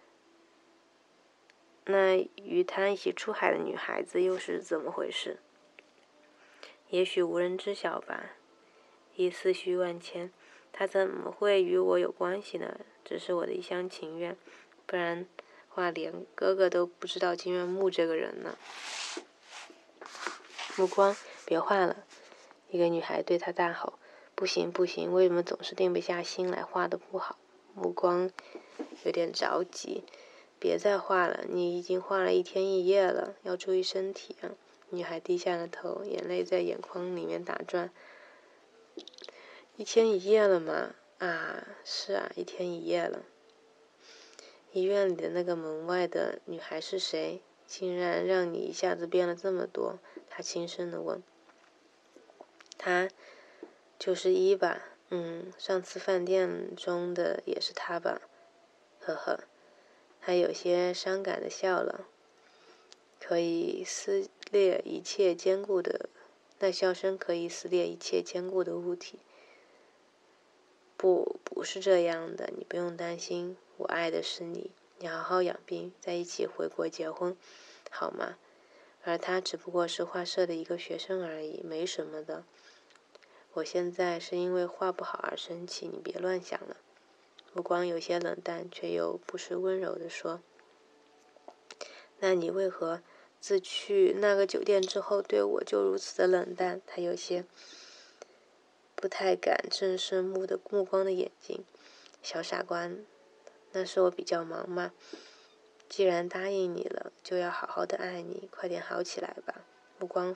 那与他一起出海的女孩子又是怎么回事？也许无人知晓吧。伊思绪万千，他怎么会与我有关系呢？只是我的一厢情愿，不然话连哥哥都不知道金月木这个人呢。目光，别画了！一个女孩对他大吼：“不行不行，为什么总是定不下心来，画得不好？”目光有点着急：“别再画了，你已经画了1天1夜了，要注意身体啊！”女孩低下了头，眼泪在眼眶里面打转。1天1夜了吗？啊，是啊，1天1夜了。医院里的那个门外的女孩是谁？竟然让你一下子变了这么多？他轻声地问。他就是伊吧？上次饭店中的也是他吧？呵呵，他有些伤感地笑了。可以撕裂一切坚固的，那笑声可以撕裂一切坚固的物体。不是这样的，你不用担心，我爱的是你，你好好养病，在一起回国结婚，好吗？而他只不过是画社的一个学生而已，没什么的。我现在是因为画不好而生气，你别乱想了。目光有些冷淡，却又不失温柔地说：“那你为何自去那个酒店之后对我就如此的冷淡？”他有些不太敢正视目光的眼睛。小傻瓜，那是我比较忙嘛。既然答应你了，就要好好的爱你，快点好起来吧。目光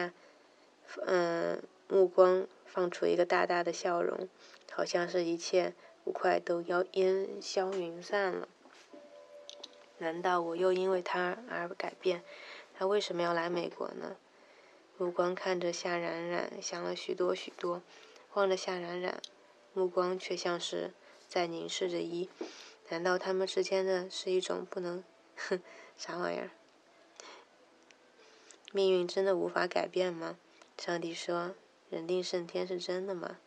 放出一个大大的笑容，好像是一切不快都要烟消云散了。难道我又因为他而改变？他为什么要来美国呢？目光看着夏冉冉，想了许多许多，望着夏冉冉，目光却像是在凝视着伊。难道他们之间的是一种不能……啥玩意儿？命运真的无法改变吗？上帝说人定胜天是真的吗？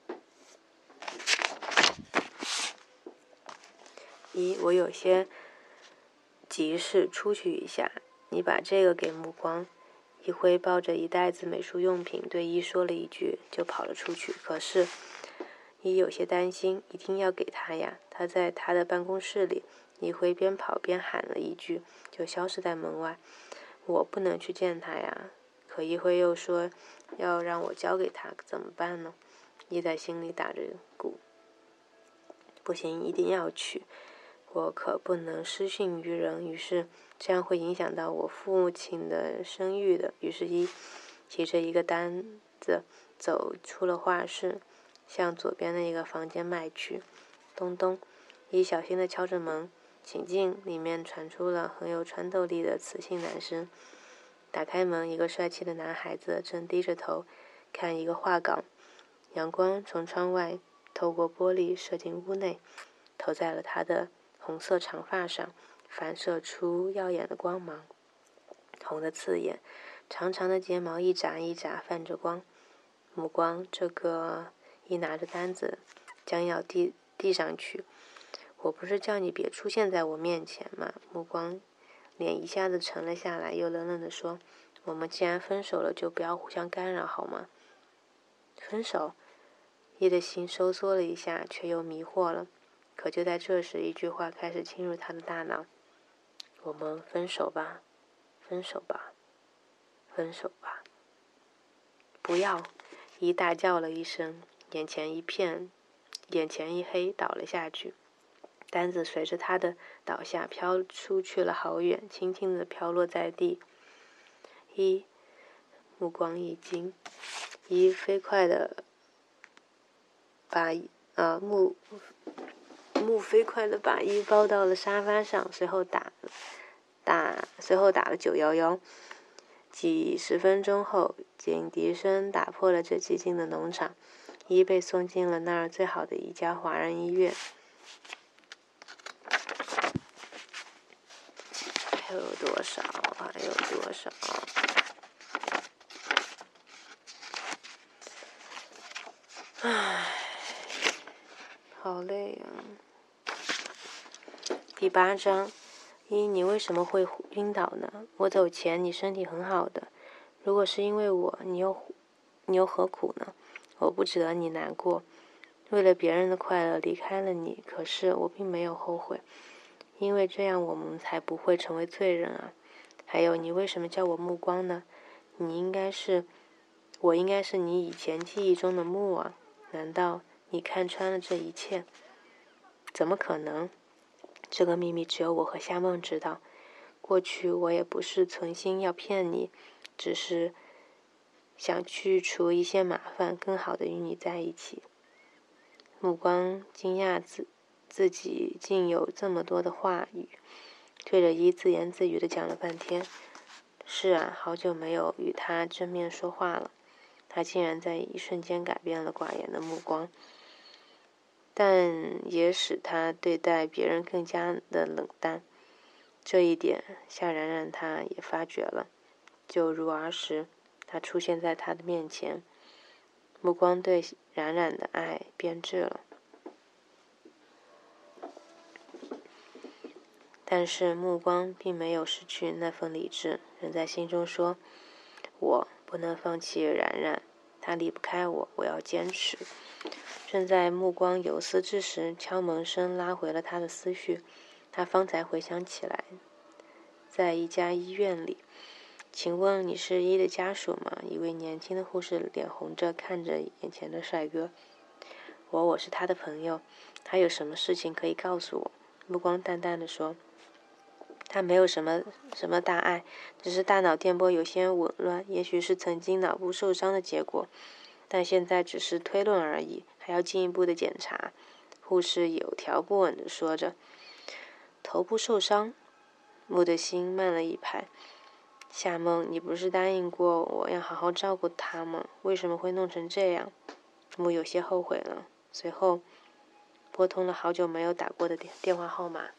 伊，我有些急事出去一下，你把这个给目光。一辉抱着一袋子美术用品对伊说了一句，就跑了出去。可是伊有些担心，一定要给他呀。他在他的办公室里，一辉边跑边喊了一句，就消失在门外。我不能去见他呀。可一辉又说要让我交给他，怎么办呢？伊在心里打着鼓。不行，一定要去。我可不能失信于人，于是这样会影响到我父亲的声誉的。于是伊提着一个单子走出了画室，向左边的一个房间迈去。咚咚，伊小心地敲着门，请进。里面传出了很有穿透力的磁性男声。打开门，一个帅气的男孩子正低着头看一个画稿， 阳光从窗外透过玻璃射进屋内，投在了他的红色长发上，反射出耀眼的光芒，红得刺眼，长长的睫毛一眨一眨泛着光。目光这个一拿着单子将要递上去，我不是叫你别出现在我面前吗？目光脸一下子沉了下来，又冷冷地说，我们既然分手了，就不要互相干扰好吗？分手？伊的心收缩了一下，却又迷惑了。可就在这时，一句话开始侵入他的大脑，我们分手吧，分手吧，分手吧。不要！伊大叫了一声，眼前一黑，倒了下去。单子随着他的倒下飘出去了好远，轻轻地飘落在地。目光一惊，伊飞快地把飞快地把伊抱到了沙发上，随后打了911。几十分钟后，警笛声打破了这寂静的农场。伊被送进了那儿最好的一家华人医院。还有多少？唉，好累啊。第8章，你为什么会晕倒呢？我走前你身体很好的，如果是因为我，你又何苦呢？我不值得你难过，为了别人的快乐离开了你，可是我并没有后悔，因为这样我们才不会成为罪人啊。还有，你为什么叫我目光呢？我应该是你以前记忆中的目啊？难道你看穿了这一切？怎么可能？这个秘密只有我和夏梦知道。过去我也不是存心要骗你，只是想去除一些麻烦，更好的与你在一起。目光惊讶自己竟有这么多的话语，对着伊自言自语地讲了半天。是啊，好久没有与他正面说话了，他竟然在一瞬间改变了寡言的目光，但也使他对待别人更加的冷淡。这一点夏冉冉他也发觉了，就如儿时他出现在他的面前，目光对冉冉的爱变质了。但是目光并没有失去那份理智，仍在心中说，我不能放弃冉冉，她离不开我，我要坚持。正在目光有思之时，敲门声拉回了他的思绪。他方才回想起来，在一家医院里。请问你是伊的家属吗？一位年轻的护士脸红着看着眼前的帅哥。我是他的朋友，他有什么事情可以告诉我？目光淡淡的说，他没有什么大碍，只是大脑电波有些紊乱，也许是曾经脑部受伤的结果，但现在只是推论而已，还要进一步的检查。护士有条不紊地说着。头部受伤，木的心慢了一拍。夏梦，你不是答应过我要好好照顾他吗？为什么会弄成这样？木有些后悔了，随后拨通了好久没有打过的电话号码。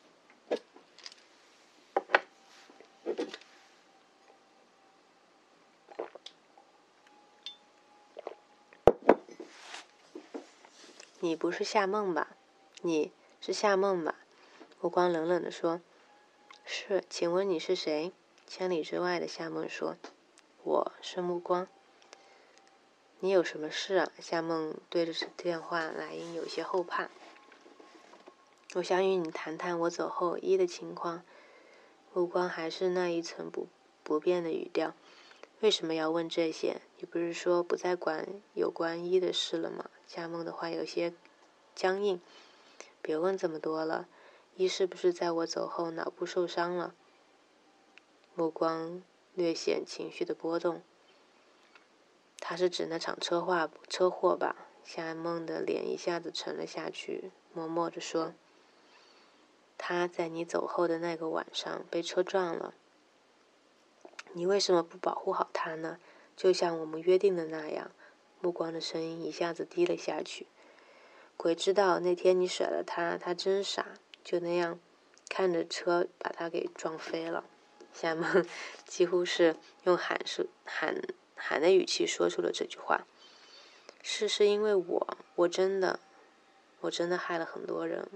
你不是夏梦吧？你是夏梦吧？目光冷冷地说。是，请问你是谁？千里之外的夏梦说。我是目光。你有什么事啊？夏梦对着电话来音有些后怕。我想与你谈谈我走后伊的情况。目光还是那一层不变的语调。为什么要问这些？你不是说不再管有关伊的事了吗？夏梦的话有些僵硬。别问这么多了，伊是不是在我走后脑部受伤了？目光略显情绪的波动。他是指那场车祸吧？夏梦的脸一下子沉了下去，默默地说，他在你走后的那个晚上被车撞了。你为什么不保护好他呢？就像我们约定的那样， 目光的声音一下子低了下去。鬼知道那天你甩了他，他真傻，就那样看着车把他给撞飞了。夏梦几乎是用喊的语气说出了这句话。是因为我真的害了很多人。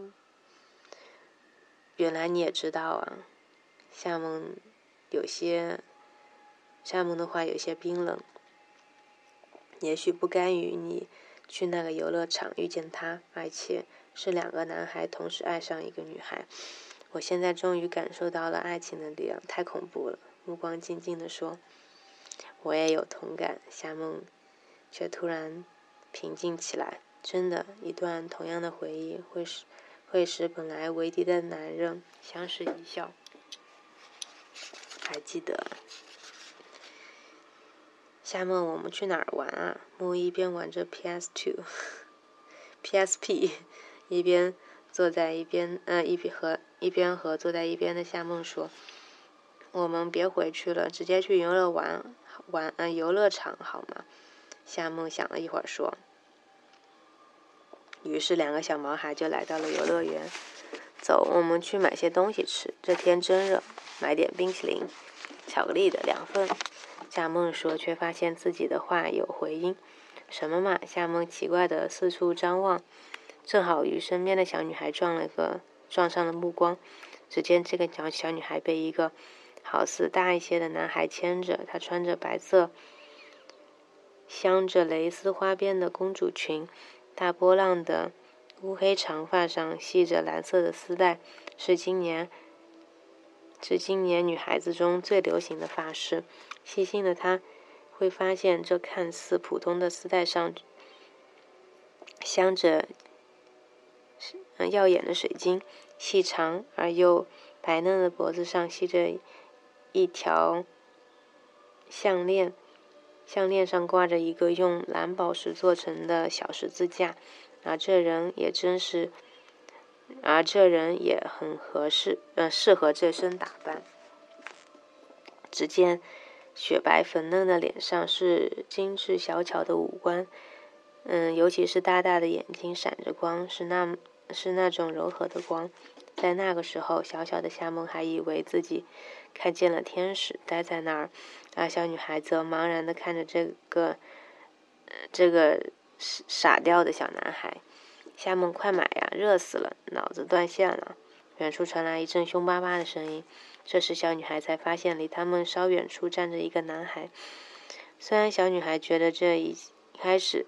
原来你也知道啊。夏梦的话有些冰冷。也许不甘于你去那个游乐场遇见他，而且是2个男孩同时爱上一个女孩。我现在终于感受到了爱情的力量，太恐怖了。目光静静地说。我也有同感。夏梦却突然平静起来。真的，一段同样的回忆会使本来为敌的男人相视一笑。还记得夏梦我们去哪儿玩啊？木一边玩着 PSP 一边和坐在一边的夏梦说，我们别回去了，直接去游乐场好吗？夏梦想了一会儿说。于是2个小毛孩就来到了游乐园。走，我们去买些东西吃，这天真热，买点冰淇淋，巧克力的2份。夏梦说，却发现自己的话有回音。什么嘛？夏梦奇怪地四处张望，正好与身边的小女孩撞上了目光。只见这个小女孩被一个好似大一些的男孩牵着，她穿着白色镶着蕾丝花边的公主裙，大波浪的乌黑长发上系着蓝色的丝带，是今年女孩子中最流行的发饰。细心的她会发现，这看似普通的丝带上镶着耀眼的水晶，细长而又白嫩的脖子上系着一条项链，项链上挂着一个用蓝宝石做成的小十字架。而这人也很适合这身打扮。只见雪白粉嫩的脸上是精致小巧的五官，尤其是大大的眼睛闪着光，是那种柔和的光。在那个时候，小小的夏梦还以为自己看见了天使待在那儿，而小女孩则茫然地看着这个傻掉的小男孩。夏梦，快买呀，热死了，脑子断线了。远处传来一阵凶巴巴的声音。这时小女孩才发现离他们稍远处站着一个男孩。虽然小女孩觉得一开始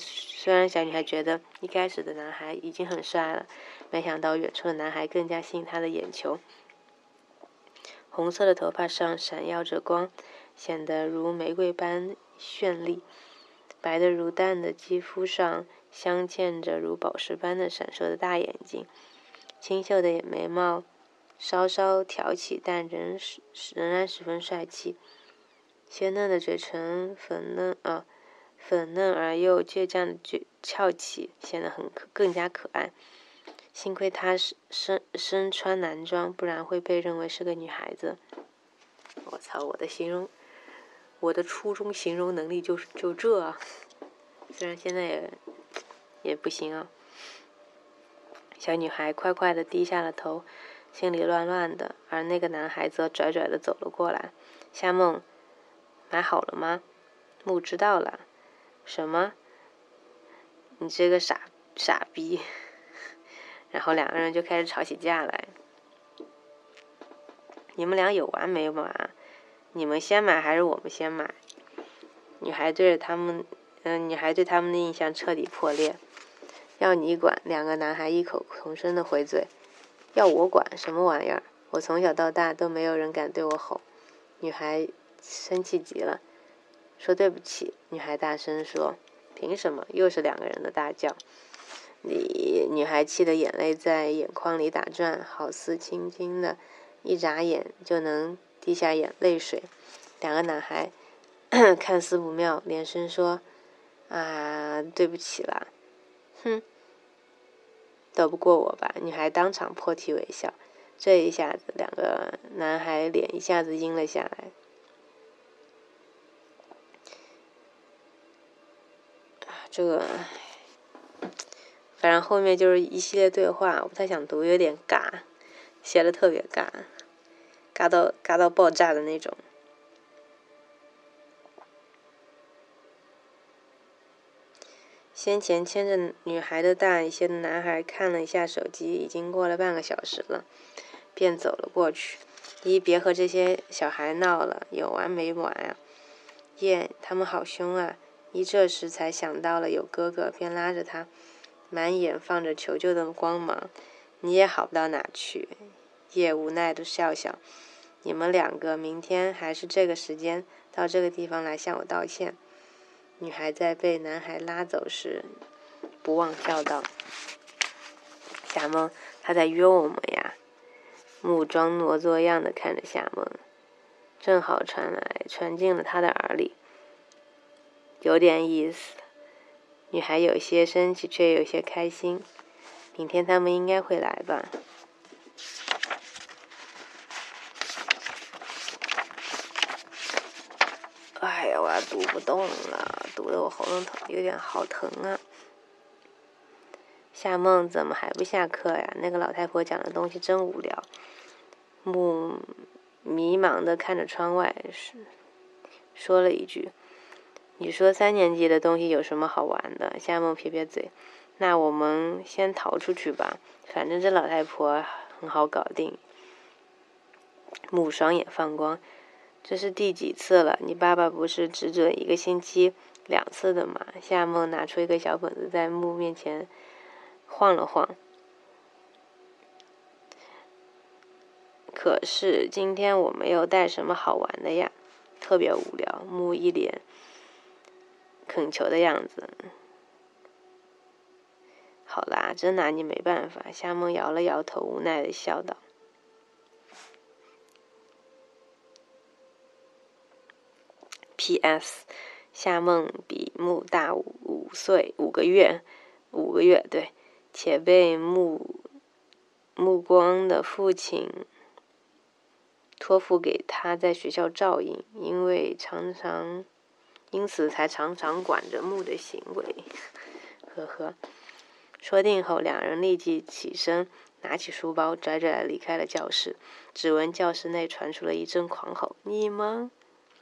的男孩已经很帅了，没想到远处的男孩更加吸引她的眼球。红色的头发上闪耀着光，显得如玫瑰般绚丽。白得如蛋的肌肤上镶嵌着如宝石般的闪烁的大眼睛，清秀的眉毛稍稍挑起，但仍然十分帅气。鲜嫩的嘴唇粉嫩而又倔强的翘起，显得更加可爱。幸亏她身穿男装，不然会被认为是个女孩子。我操，我的初中形容能力就这啊，虽然现在也不行啊。小女孩快快地低下了头，心里乱乱的，而那个男孩则拽拽地走了过来。夏梦，买好了吗？木知道了。什么？你这个傻逼。然后2个人就开始吵起架来。你们俩有完没完？你们先买还是我们先买？女孩对他们的印象彻底破裂。要你管！2个男孩异口同声的回嘴。要我管？什么玩意儿？我从小到大都没有人敢对我吼。女孩生气极了，说对不起。女孩大声说。凭什么？又是2个人的大叫。女孩气得眼泪在眼眶里打转，好似轻轻的一眨眼就能滴下泪水。2个男孩看似不妙，连声说啊，对不起啦。哼，斗不过我吧？女孩当场破涕为笑。这一下子2个男孩脸一下子阴了下来。 这个反正后面就是一系列对话，我不太想读，有点尬，写的特别尬，尬到爆炸的那种。先前牵着女孩的大一些的男孩看了一下手机，已经过了半个小时了，便走了过去。别和这些小孩闹了，有完没完啊？耶，他们好凶啊！这时才想到了有哥哥，便拉着他，满眼放着求救的光芒。你也好不到哪去。叶无奈地笑笑，你们两个明天还是这个时间到这个地方来向我道歉。女孩在被男孩拉走时不忘笑道，夏梦，他在约我们呀。木装挪作样地看着夏梦，正好传进了他的耳里。有点意思。女孩有些生气，却有些开心。明天他们应该会来吧。哎呀，我要读不动了，读得我喉咙疼，有点好疼啊。夏梦怎么还不下课呀？那个老太婆讲的东西真无聊。木迷茫地看着窗外，说了一句：“你说3年级的东西有什么好玩的？”夏梦撇撇嘴：“那我们先逃出去吧，反正这老太婆很好搞定。”木双眼放光：“这是第几次了？你爸爸不是只准1个星期2次的吗？”夏梦拿出一个小本子，在木面前晃了晃。可是今天我没有带什么好玩的呀，特别无聊。木一脸恳求的样子。好啦，真拿你没办法。夏梦摇了摇头，无奈的笑道。P.S. 夏梦比木大5个月，对，且被木光的父亲托付给他在学校照应，因此才常常管着木的行为。呵呵。说定后，两人立即起身，拿起书包，拽拽离开了教室。只闻教室内传出了一阵狂吼：“你们！”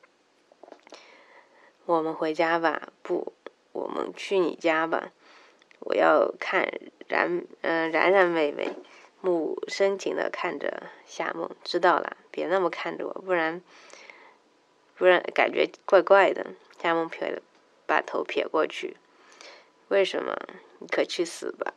我们回家吧。不，我们去你家吧。我要看然妹妹。木深情地看着夏梦。知道了，别那么看着我，不然感觉怪怪的。夏梦把头撇过去。为什么？你可去死吧。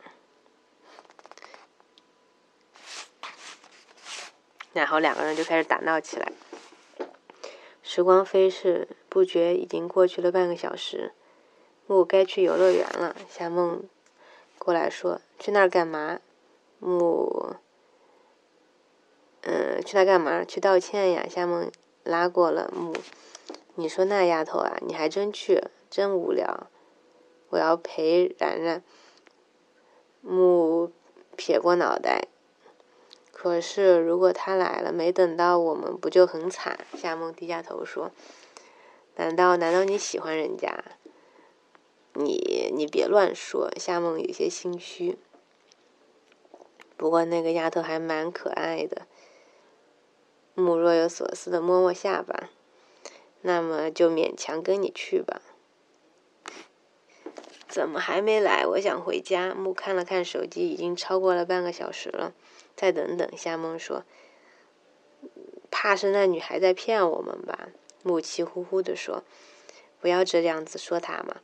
然后两个人就开始打闹起来。时光飞逝，不觉已经过去了半个小时。木该去游乐园了。夏梦过来说：“去那儿干嘛？”木去那干嘛？去道歉呀。夏梦拉过了木。你说那丫头啊，你还真去，真无聊。我要陪然。木撇过脑袋。可是如果他来了，没等到我们，不就很惨？夏梦低下头说：“难道你喜欢人家？”你别乱说。夏梦有些心虚。不过那个丫头还蛮可爱的。木若有所思地摸摸下巴。那么就勉强跟你去吧。怎么还没来？我想回家。木看了看手机，已经超过了半个小时了。再等等。夏梦说：“怕是那女孩在骗我们吧？”木气呼呼地说：“不要这样子说她嘛。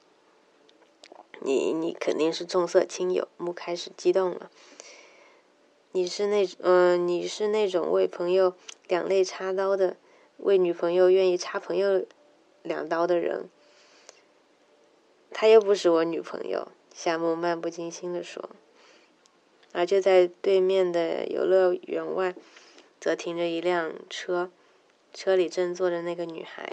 你肯定是重色轻友。”木开始激动了。你是那种为朋友两肋插刀的，为女朋友愿意插朋友2刀的人。她又不是我女朋友。夏梦漫不经心地说。而就在对面的游乐园外，则停着一辆车，车里正坐着那个女孩。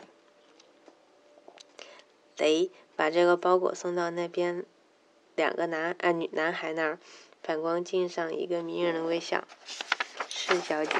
得把这个包裹送到那边2个男孩那儿。反光镜上一个迷人的微笑。是小姐。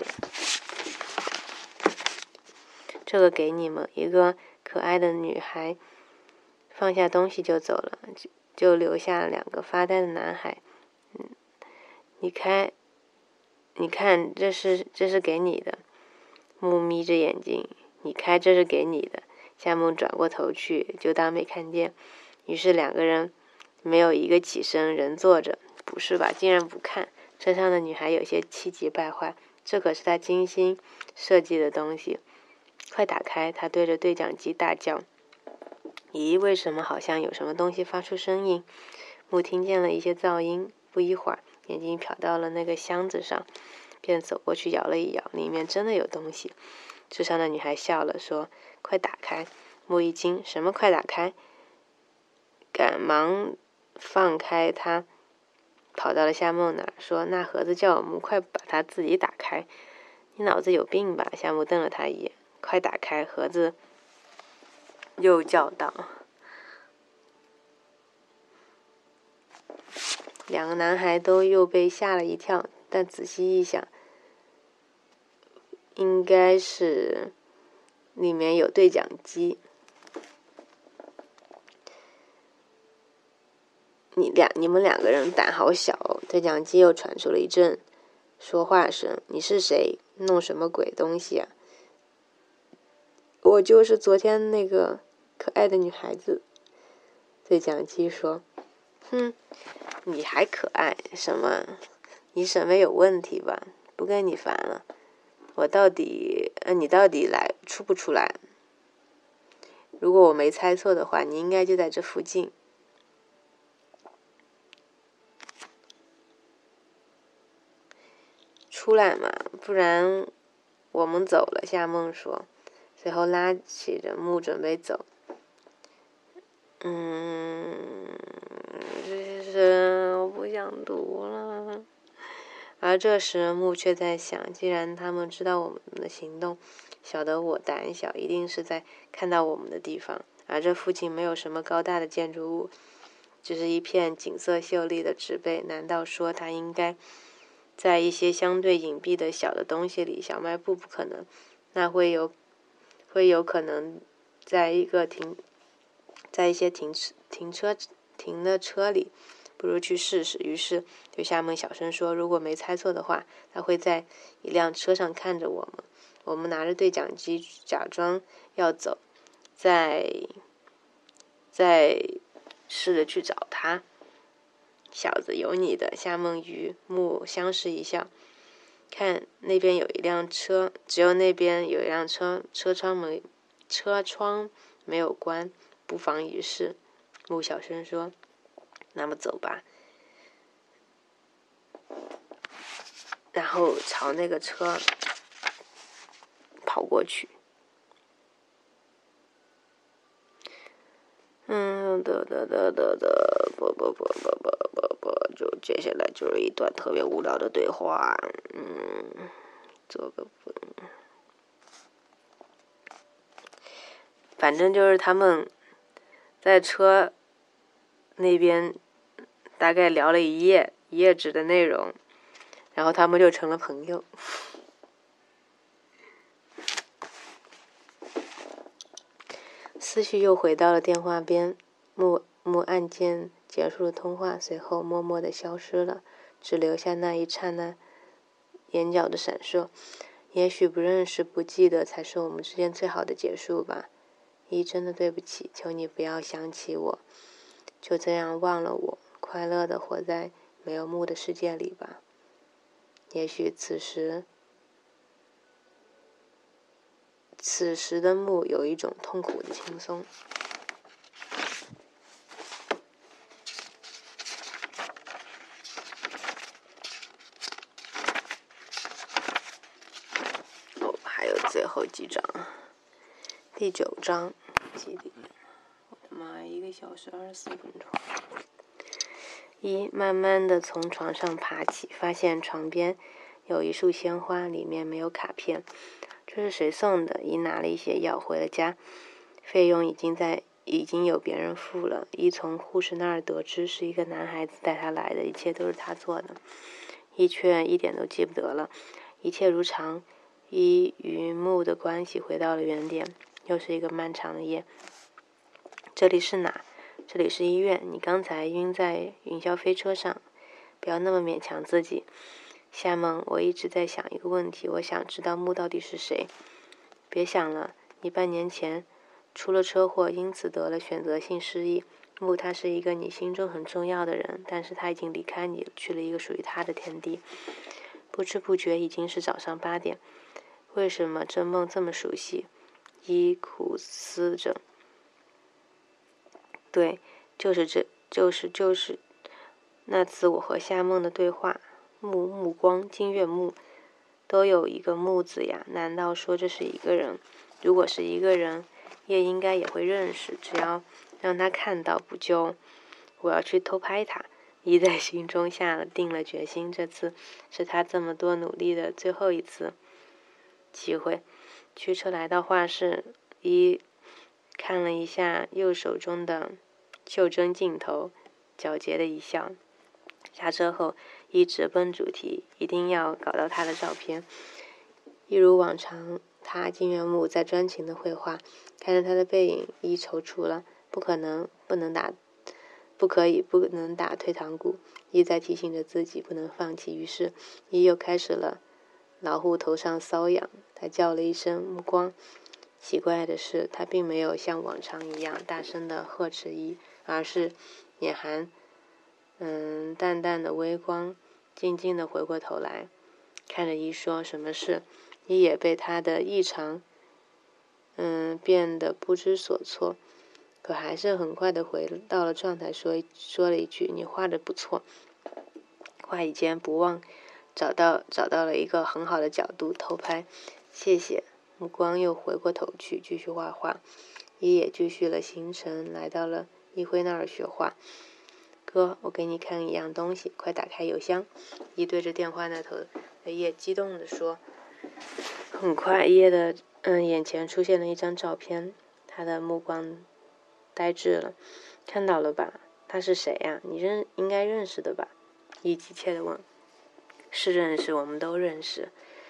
这个给你们。一个可爱的女孩放下东西就走了，就留下2个发呆的男孩。你看，这是给你的。木眯着眼睛，你开，这是给你的。夏梦转过头去，就当没看见。于是2个人没有一个起身，人坐着。不是吧，竟然不看。车上的女孩有些气急败坏，这可是她精心设计的东西。快打开！她对着对讲机大叫。咦，为什么好像有什么东西发出声音？木听见了一些噪音，不一会儿，眼睛瞟到了那个箱子上，便走过去摇了一摇，里面真的有东西。车上的女孩笑了，说：“快打开！”木一惊：“什么快打开？”赶忙放开他，跑到了夏梦那儿，说：“那盒子叫我们快把它自己打开。”你脑子有病吧？夏梦瞪了他一眼。快打开盒子！又叫道。2个男孩都又被吓了一跳，但仔细一想，应该是里面有对讲机。你们2个人胆好小。对讲机又传出了一阵说话声：“你是谁？弄什么鬼东西啊？”“我就是昨天那个可爱的女孩子。”对讲机说。“哼，你还可爱什么？你审美有问题吧？不跟你烦了。你到底出不出来？如果我没猜错的话，你应该就在这附近。”“出来嘛，不然我们走了。”夏梦说，随后拉起着木准备走。我不想读了。而这时木却在想，既然他们知道我们的行动，晓得我胆小，一定是在看到我们的地方。而这附近没有什么高大的建筑物，只是一片景色秀丽的植被。难道说他应该在一些相对隐蔽的小的东西里？小卖部不可能，那会有可能在一些停的车里。不如去试试。于是对夏梦小声说：“如果没猜错的话，他会在一辆车上看着我们。我们拿着对讲机，假装要走，再试着去找他。”“小子，有你的！”夏梦与木相视一笑。“看，那边有一辆车，只有那边有一辆车窗没有关，不妨一试。”木小声说。“那么走吧。”然后朝那个车跑过去。就接下来就是一段特别无聊的对话。反正就是他们在车那边大概聊了一页纸的内容，然后他们就成了朋友。思绪又回到了电话边，木按键结束了通话，随后默默地消失了，只留下那一刹那眼角的闪烁。也许不认识不记得才是我们之间最好的结束吧。真的对不起，求你不要想起我，就这样忘了我，快乐地活在没有木的世界里吧。也许此时的木有一种痛苦的轻松。还有最后几章，第9章，我的妈，1个小时24分钟。慢慢的从床上爬起，发现床边有一束鲜花，里面没有卡片。这是谁送的？拿了一些药回了家，费用已经有别人付了。从护士那儿得知是一个男孩子带他来的，一切都是他做的。却一点都记不得了。一切如常，与木的关系回到了原点。又是一个漫长的夜。 这里是哪？这里是医院。你刚才晕在云霄飞车上，不要那么勉强自己。夏梦，我一直在想一个问题，我想知道木到底是谁。别想了，你半年前出了车祸，因此得了选择性失忆。木他是一个你心中很重要的人，但是他已经离开你了，去了一个属于他的天地。不知不觉已经是早上8点。为什么这梦这么熟悉？伊苦思着。对，就是那次我和夏梦的对话。目光金月木都有一个木字呀，难道说这是一个人？如果是一个人，叶应该也会认识，只要让他看到不就？我要去偷拍他。伊在心中定了决心，这次是他这么多努力的最后一次机会。驱车来到画室，伊看了一下右手中的袖珍镜头，皎洁的一笑。下车后，伊直奔主题，一定要搞到他的照片。一如往常，他金月木在专情的绘画，看着他的背影，伊踌躇了。不能打退堂鼓。伊在提醒着自己不能放弃，于是伊又开始了老虎头上瘙痒。他叫了一声目光。奇怪的是，他并没有像往常一样大声地呵斥伊，而是眼含淡淡的微光，静静地回过头来看着伊说：“什么事？”伊也被他的异常变得不知所措，可还是很快地回到了状态，说了一句：“你画得不错。”话语间不忘找到了一个很好的角度偷拍。谢谢。目光又回过头去继续画画。伊也继续了行程，来到了一辉那儿学画。哥，我给你看一样东西，快打开邮箱。伊对着电话那头的叶激动地说。很快，叶的眼前出现了一张照片，他的目光呆滞了。看到了吧？他是谁呀？你应该认识的吧？伊急切地问。是认识，我们都认识。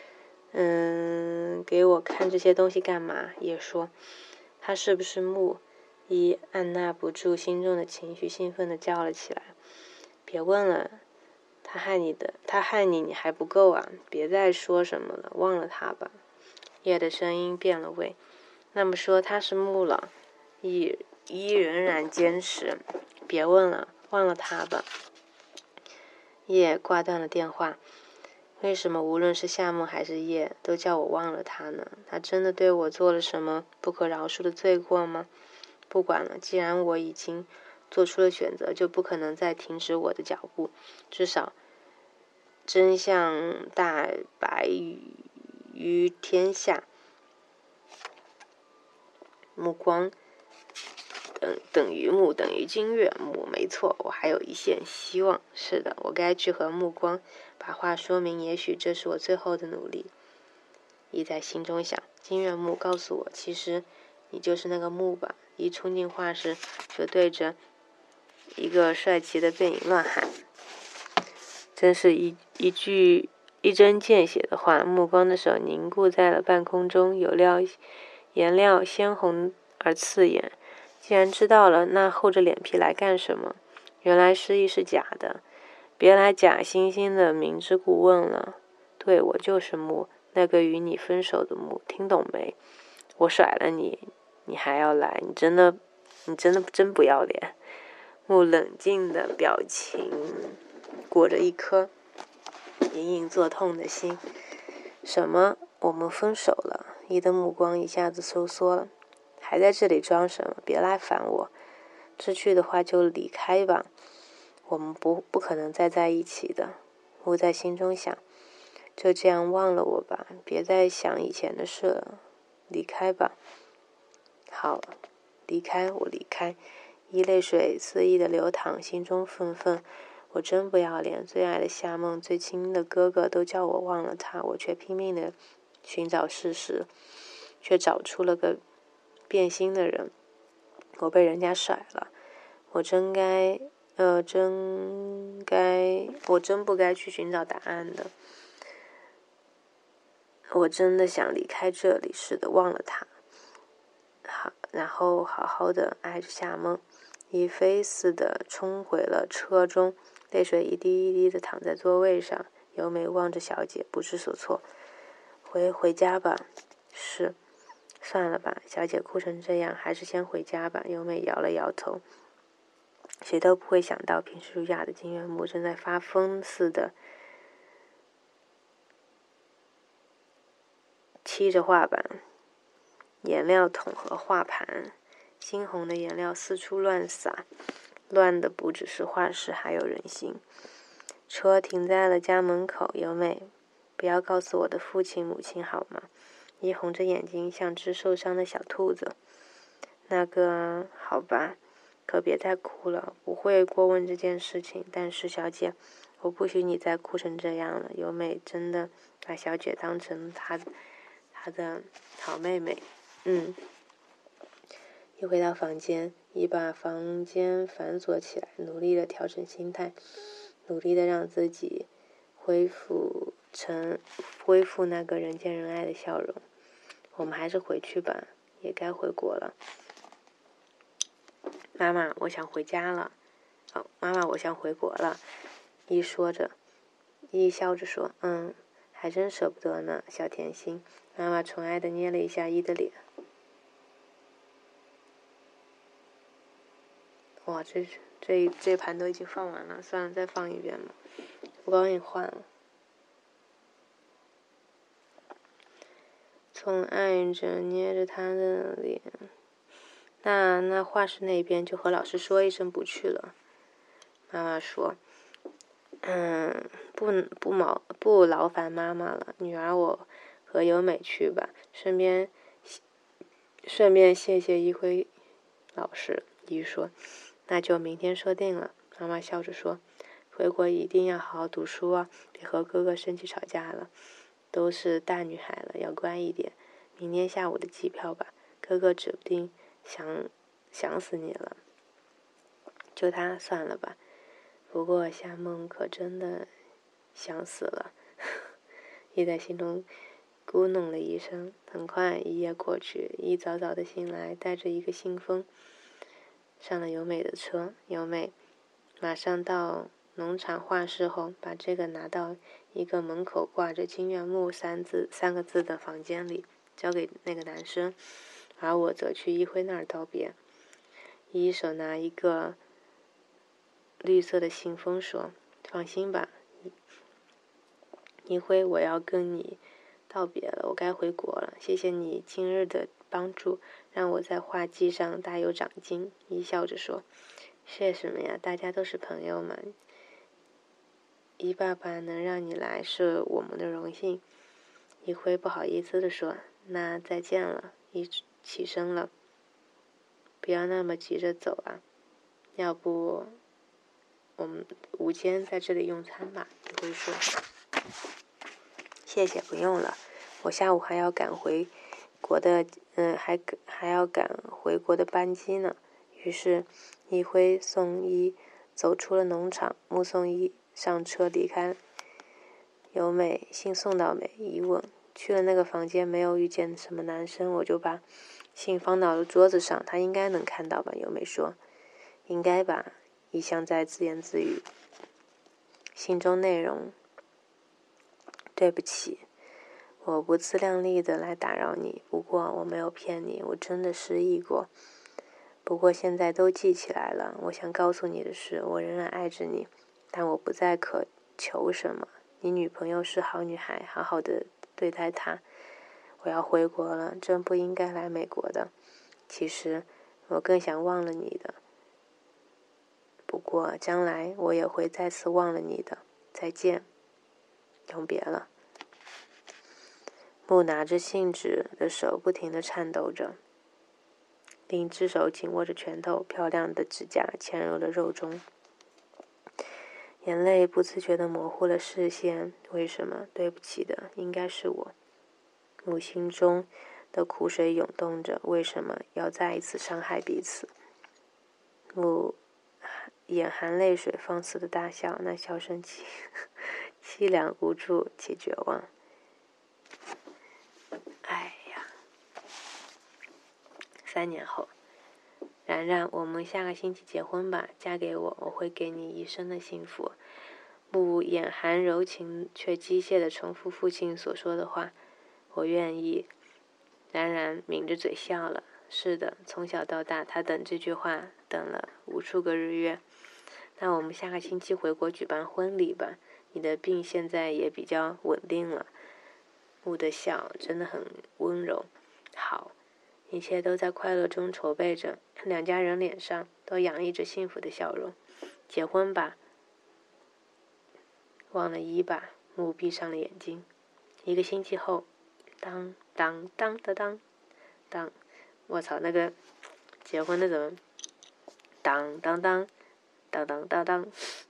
给我看这些东西干嘛？叶说。他是不是木？伊按捺不住心中的情绪，兴奋地叫了起来。别问了，他害你，你还不够啊！别再说什么了，忘了他吧。叶的声音变了味。那么说他是木了？伊仍然坚持。别问了，忘了他吧。叶挂断了电话。为什么无论是夏梦还是叶，都叫我忘了他呢？他真的对我做了什么不可饶恕的罪过吗？不管了，既然我已经做出了选择，就不可能再停止我的脚步。至少真相大白于天下。目光等于木等于金月木，没错，我还有一线希望。是的，我该去和目光把话说明，也许这是我最后的努力。伊在心中想。金月木告诉我，其实你就是那个木吧。一冲进画室，就对着一个帅气的背影乱喊。真是一句一针见血的话。目光的手凝固在了半空中，颜料鲜红而刺眼。既然知道了，那厚着脸皮来干什么？原来失忆是假的，别来假惺惺的明知故问了。对，我就是木，那个与你分手的木，听懂没？我甩了你，你还要来，你真不要脸。木冷静的表情裹着一颗隐隐作痛的心。什么？我们分手了？伊的目光一下子收缩了。还在这里装什么？别来烦我。知趣的话就离开吧。我们不可能再在一起的。木在心中想。就这样忘了我吧，别再想以前的事了。离开吧。好，离开，我离开。伊泪水肆意的流淌，心中愤愤。我真不要脸，最爱的夏梦，最亲的哥哥都叫我忘了他，我却拼命的寻找事实，却找出了个变心的人。我被人家甩了，我真不该去寻找答案的。我真的想离开这里似的，忘了他。好， 然后好好的挨着夏梦。一飞似的冲回了车中，泪水一滴一滴的淌在座位上。由美望着小姐，不知所措。回家吧。是，算了吧，小姐哭成这样，还是先回家吧。由美摇了摇头。谁都不会想到，平时儒雅的金元木正在发疯似的漆着画板、颜料桶和画盘，猩红的颜料四处乱洒，乱的不只是画室，还有人心。车停在了家门口，由美，不要告诉我的父亲母亲好吗？一红着眼睛，像只受伤的小兔子。那个，好吧，可别再哭了，不会过问这件事情。但是小姐，我不许你再哭成这样了。由美真的把小姐当成她的好妹妹。一回到房间，一把房间反锁起来，努力的调整心态，努力的让自己恢复那个人见人爱的笑容。我们还是回去吧，也该回国了。妈妈，我想回家了。妈妈，我想回国了。一说着，一笑着说：“还真舍不得呢，小甜心。”妈妈宠爱的捏了一下一的脸。哇，这盘都已经放完了，算了，再放一遍吧。我刚给你换了。从爱着捏着他的脸。那画室那边就和老师说一声不去了。妈妈说：“不劳烦妈妈了，女儿我和由美去吧，顺便谢谢一辉老师。”姨说：“那就明天说定了。”妈妈笑着说：“回国一定要好好读书啊，别和哥哥生气吵架了。都是大女孩了，要乖一点。明天下午的机票吧，哥哥指不定想死你了。就他算了吧。不过夏梦可真的想死了。”一在心中咕哝了一声。很快一夜过去，一早早的醒来，带着一个信封上了由美的车。由美马上到农场画室后，把这个拿到一个门口挂着金元木三个字的房间里，交给那个男生，而我则去一辉那儿道别。一手拿一个绿色的信封说：“放心吧，一辉，我要跟你道别了，我该回国了。谢谢你今日的帮助，让我在画技上大有长进。”一笑着说：“谢什么呀，大家都是朋友嘛。一爸爸能让你来是我们的荣幸。”一辉不好意思地说：“那再见了。”一起身了。不要那么急着走啊，要不我们午间在这里用餐吧。一辉说：“谢谢，不用了，我下午还要赶回国的，还要赶回国的班机呢。”于是，一辉送一走出了农场，目送一上车离开。由美信送到没？一问，去了那个房间，没有遇见什么男生，我就把信放到了桌子上，他应该能看到吧？由美说：“应该吧。”一向在自言自语。信中内容：对不起，我不自量力的来打扰你，不过我没有骗你，我真的失忆过。不过现在都记起来了。我想告诉你的是，我仍然爱着你，但我不再渴求什么。你女朋友是好女孩，好好的对待她。我要回国了，真不应该来美国的。其实我更想忘了你的，不过将来我也会再次忘了你的。再见，永别了。木拿着信纸的手不停地颤抖着，另一只手紧握着拳头，漂亮的指甲嵌入了肉中。眼泪不自觉地模糊了视线。为什么？对不起的，应该是我。木心中的苦水涌动着。为什么要再一次伤害彼此？木眼含泪水，放肆的大笑，那笑声凄凉无助且绝望。 3年后。然然，我们下个星期结婚吧，嫁给我，我会给你一生的幸福。木眼含柔情却机械地重复父亲所说的话，我愿意。然然抿着嘴笑了。是的，从小到大，他等这句话等了无数个日月。那我们下个星期回国举办婚礼吧。你的病现在也比较稳定了。木的笑真的很温柔。好，一切都在快乐中筹备着，两家人脸上都洋溢着幸福的笑容。结婚吧。忘了1吧。木闭上了眼睛。1个星期后，当当当当当当，我操，那个结婚的怎么？当当当当当当当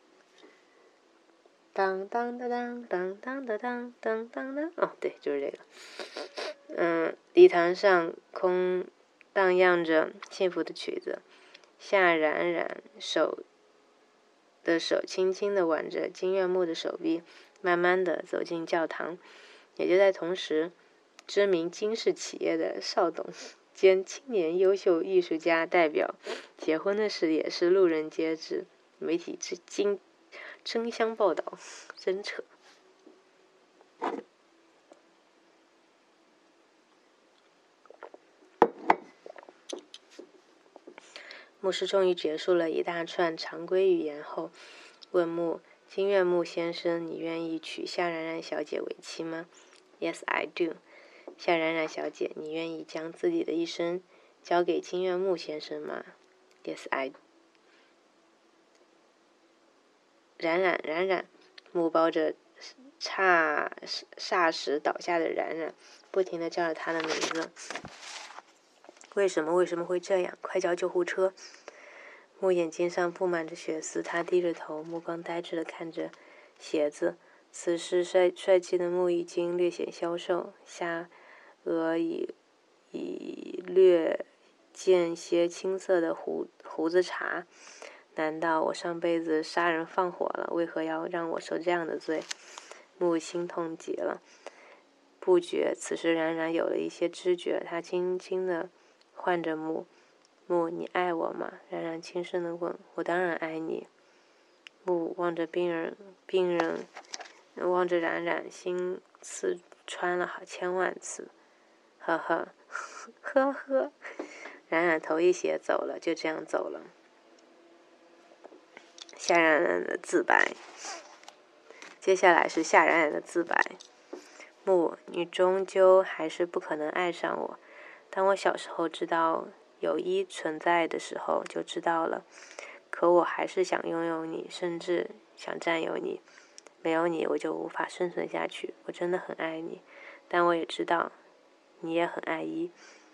当当当当当当当当当当，哦，对，就是这个。礼堂上空荡漾着幸福的曲子，夏冉冉手轻轻地挽着金岳木的手臂，慢慢地走进教堂。也就在同时，知名金氏企业的邵董兼青年优秀艺术家代表结婚的事也是路人皆知，媒体争相报道，真扯。牧师终于结束了一大串常规语言后，问木：金岳木先生，你愿意娶夏冉冉小姐为妻吗？ Yes, I do。夏冉冉小姐，你愿意将自己的一生交给金岳木先生吗？ Yes, I do。冉冉，木抱着霎时倒下的冉冉，不停地叫着她的名字。为什么会这样？快叫救护车！木眼睛上布满着血丝，他低着头，目光呆滞地看着鞋子。此时帅气的木已经略显消瘦，下颚已略见些青色的胡子茬。难道我上辈子杀人放火了？为何要让我受这样的罪？木心痛极了。不觉，此时冉冉有了一些知觉，他轻轻地唤着木，你爱我吗？冉冉轻声地问。我当然爱你。木望着病人，望着冉冉，心刺穿了千万次。呵呵，呵呵。冉冉头一斜走了，就这样走了。夏冉冉的自白。接下来是夏冉冉的自白。木，你终究还是不可能爱上我。当我小时候知道友谊存在的时候，就知道了。可我还是想拥有你，甚至想占有你。没有你，我就无法生存下去。我真的很爱你，但我也知道，你也很爱一。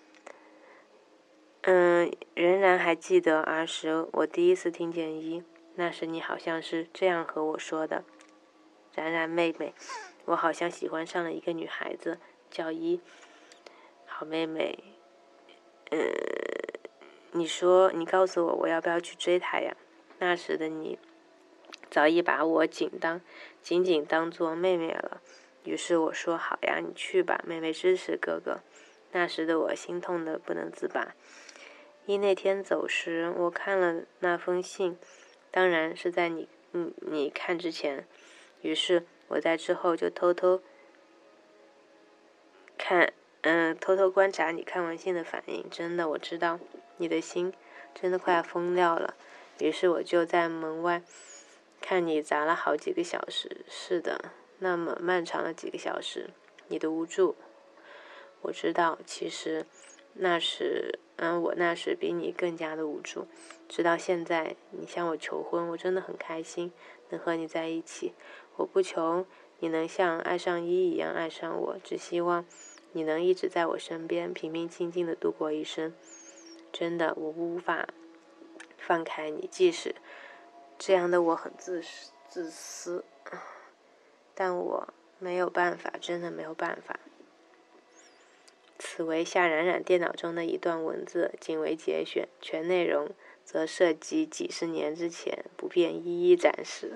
仍然还记得儿时我第一次听见一，那时你好像是这样和我说的：冉冉妹妹，我好像喜欢上了一个女孩子，叫一。好妹妹，你告诉我要不要去追她呀？那时的你早已把我仅仅当作妹妹了。于是我说好呀，你去吧，妹妹支持哥哥。那时的我心痛得不能自拔。一那天走时，我看了那封信，当然是在你看之前。于是我在之后就偷偷观察你看完信的反应。真的，我知道你的心真的快要疯掉了。于是我就在门外看你砸了好几个小时。是的，那么漫长的几个小时，你的无助。我知道，其实我那时比你更加的无助。直到现在，你向我求婚，我真的很开心能和你在一起。我不求你能像爱上一一样爱上我，只希望你能一直在我身边，平平静静的度过一生。真的，我无法放开你，即使这样的我很自私，但我没有办法，真的没有办法。此为夏冉冉电脑中的一段文字，仅为节选，全内容则涉及几十年之前，不便一一展示。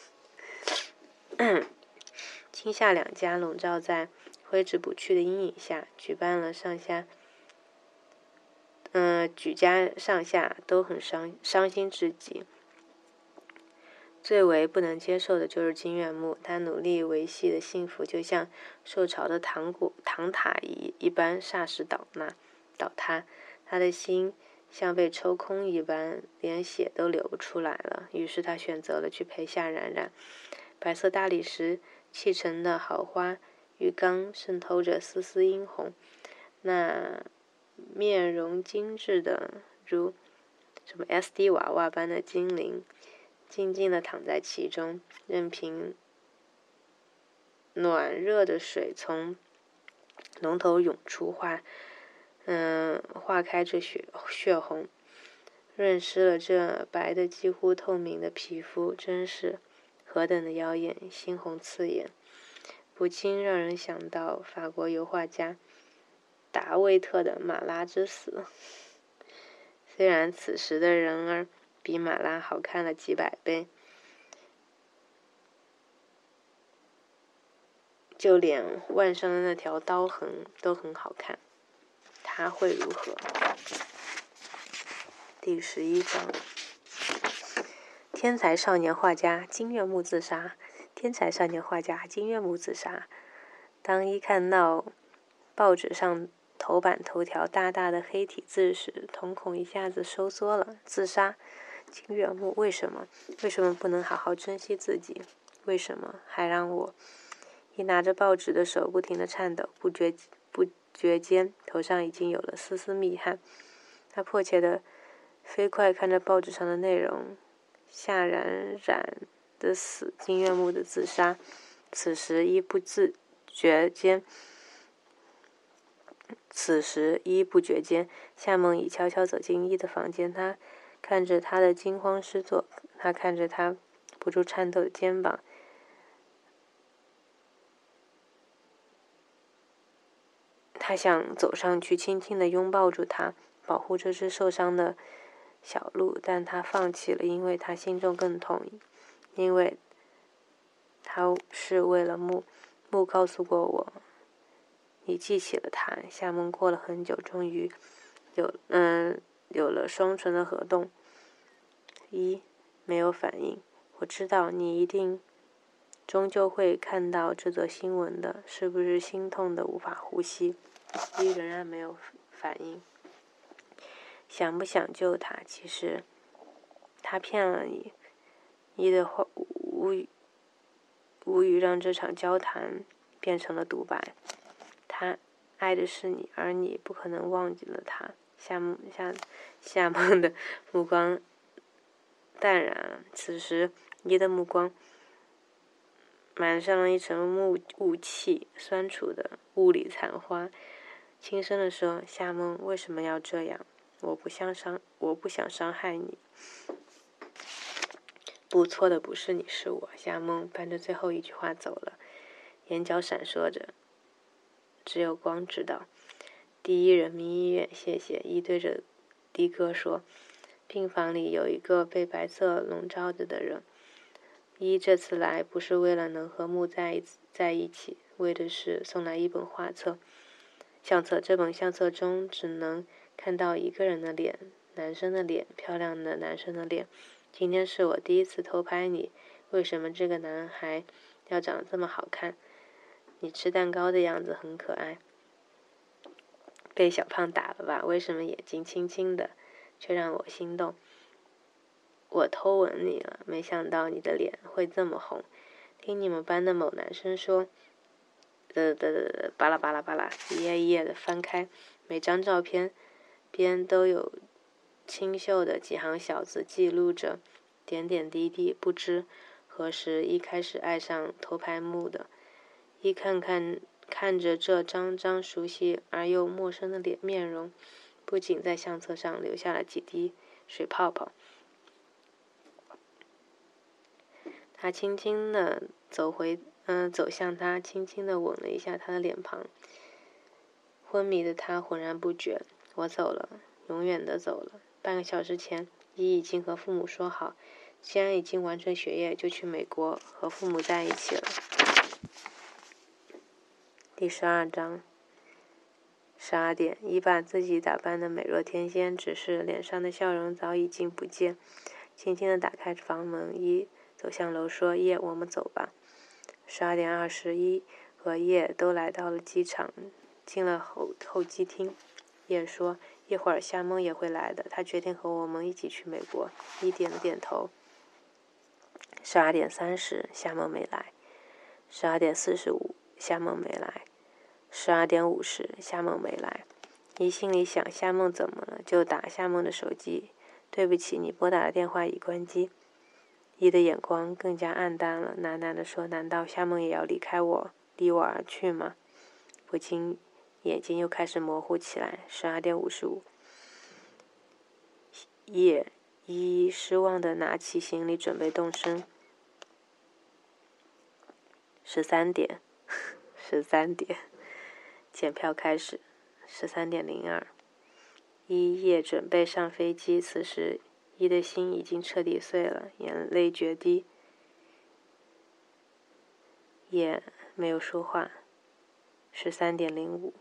青夏两家笼罩在挥之不去的阴影下，举办了上下举家上下都很伤心至极。最为不能接受的就是金岳木，他努力维系的幸福就像受潮的糖塔一般霎时倒塌，他的心像被抽空一般，连血都流不出来了。于是他选择了去陪夏冉冉。白色大理石砌成的豪花浴缸渗透着丝丝殷红，那面容精致的如什么 SD 娃娃般的精灵静静地躺在其中，任凭暖热的水从龙头涌出，化开这血红，润湿了这白的几乎透明的皮肤，真是何等的妖艳，猩红刺眼，不禁让人想到法国油画家达维特的马拉之死。虽然此时的人儿比马拉好看了几百倍，就连腕上的那条刀痕都很好看，他会如何？第11章，天才少年画家金岳木自杀。天才少年画家金岳木自杀。当一看到报纸上头版头条大大的黑体字时，瞳孔一下子收缩了。自杀，金岳木为什么不能好好珍惜自己？为什么还让我？一拿着报纸的手不停地颤抖，不觉间头上已经有了丝丝密汗。他迫切地飞快看着报纸上的内容：夏冉冉的死，金岳木的自杀。此时一不觉间，夏梦已悄悄走进一的房间。他看着他的惊慌失措，他看着他不住颤抖的肩膀。他想走上去轻轻地拥抱住他，保护这只受伤的小鹿，但他放弃了，因为他心中更痛，因为他是为了木告诉过我，你记起了他。夏梦过了很久，终于有了双唇的合动。没有反应。我知道你一定终究会看到这则新闻的，是不是心痛的无法呼吸？仍然没有反应。想不想救他？其实他骗了你。的话无语让这场交谈变成了独白。他爱的是你，而你不可能忘记了他。夏梦的目光淡然了。此时的目光满上了一层雾气，酸楚的雾里残花。轻声地说：夏梦，为什么要这样？我不想伤害你。不，错的不是你，是我。夏梦伴着最后一句话走了，眼角闪烁着，只有光知道。第一人民医院，谢谢。对着的哥说，病房里有一个被白色笼罩着的人。这次来不是为了能和木在一起，为的是送来一本相册。这本相册中只能看到一个人的脸，男生的脸，漂亮的男生的脸。今天是我第一次偷拍你，为什么这个男孩要长得这么好看？你吃蛋糕的样子很可爱。被小胖打了吧？为什么眼睛青青的，却让我心动？我偷吻你了，没想到你的脸会这么红。听你们班的某男生说，巴拉巴拉巴拉，一页一页的翻开，每张照片边都有清秀的几行小字，记录着点点滴滴。不知何时一开始爱上偷拍木的，看着这张熟悉而又陌生的面容，不仅在相册上留下了几滴水泡泡。他轻轻地走向他，轻轻地吻了一下他的脸庞。昏迷的他浑然不觉。我走了，永远的走了。半个小时前，已经和父母说好，既然已经完成学业，就去美国和父母在一起了。第12章， 12点，一把自己打扮得美若天仙，只是脸上的笑容早已经不见。轻轻地打开房门，一走向楼说：“叶，我们走吧。”12点20，一和叶都来到了机场，进了候机厅。叶说：“一会儿夏梦也会来的，他决定和我们一起去美国。”一点了点头。12点30，夏梦没来。12点45，夏梦没来。12点50，夏梦没来。一心里想夏梦怎么了，就打夏梦的手机。对不起，你拨打的电话已关机。一的眼光更加暗淡了，喃喃地说：“难道夏梦也要离开我，离我而去吗？”不禁眼睛又开始模糊起来。12点55，叶一失望地拿起行李准备动身。13点，13点，检票开始。13点02，一叶准备上飞机，此时一的心已经彻底碎了，眼泪决堤。叶没有说话。13点05，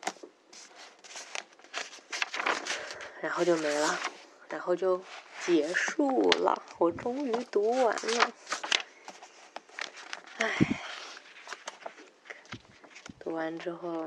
然后就没了，然后就结束了，我终于读完了。唉，读完之后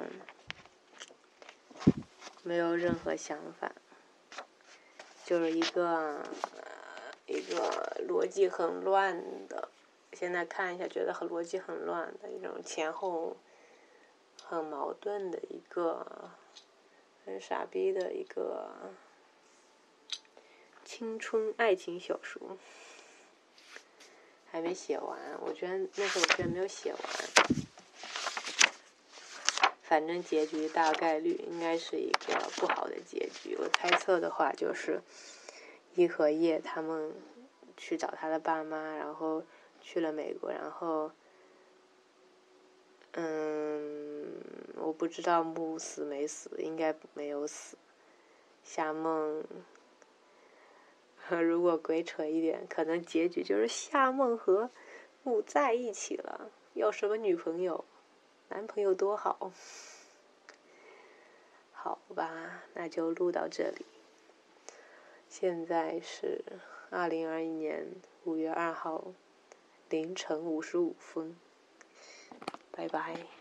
没有任何想法，就是一个逻辑很乱的，现在看一下觉得逻辑很乱的一种前后很矛盾的一个很傻逼的一个青春爱情小说，还没写完，我觉得那时候没有写完，反正结局大概率应该是一个不好的结局。我猜测的话就是一和叶他们去找他的爸妈，然后去了美国，然后我不知道木死没死，应该没有死。夏梦如果鬼扯一点，可能结局就是夏梦和木在一起了，要什么女朋友男朋友多好。好吧，那就录到这里。现在是2021年5月2号凌晨55分，拜拜。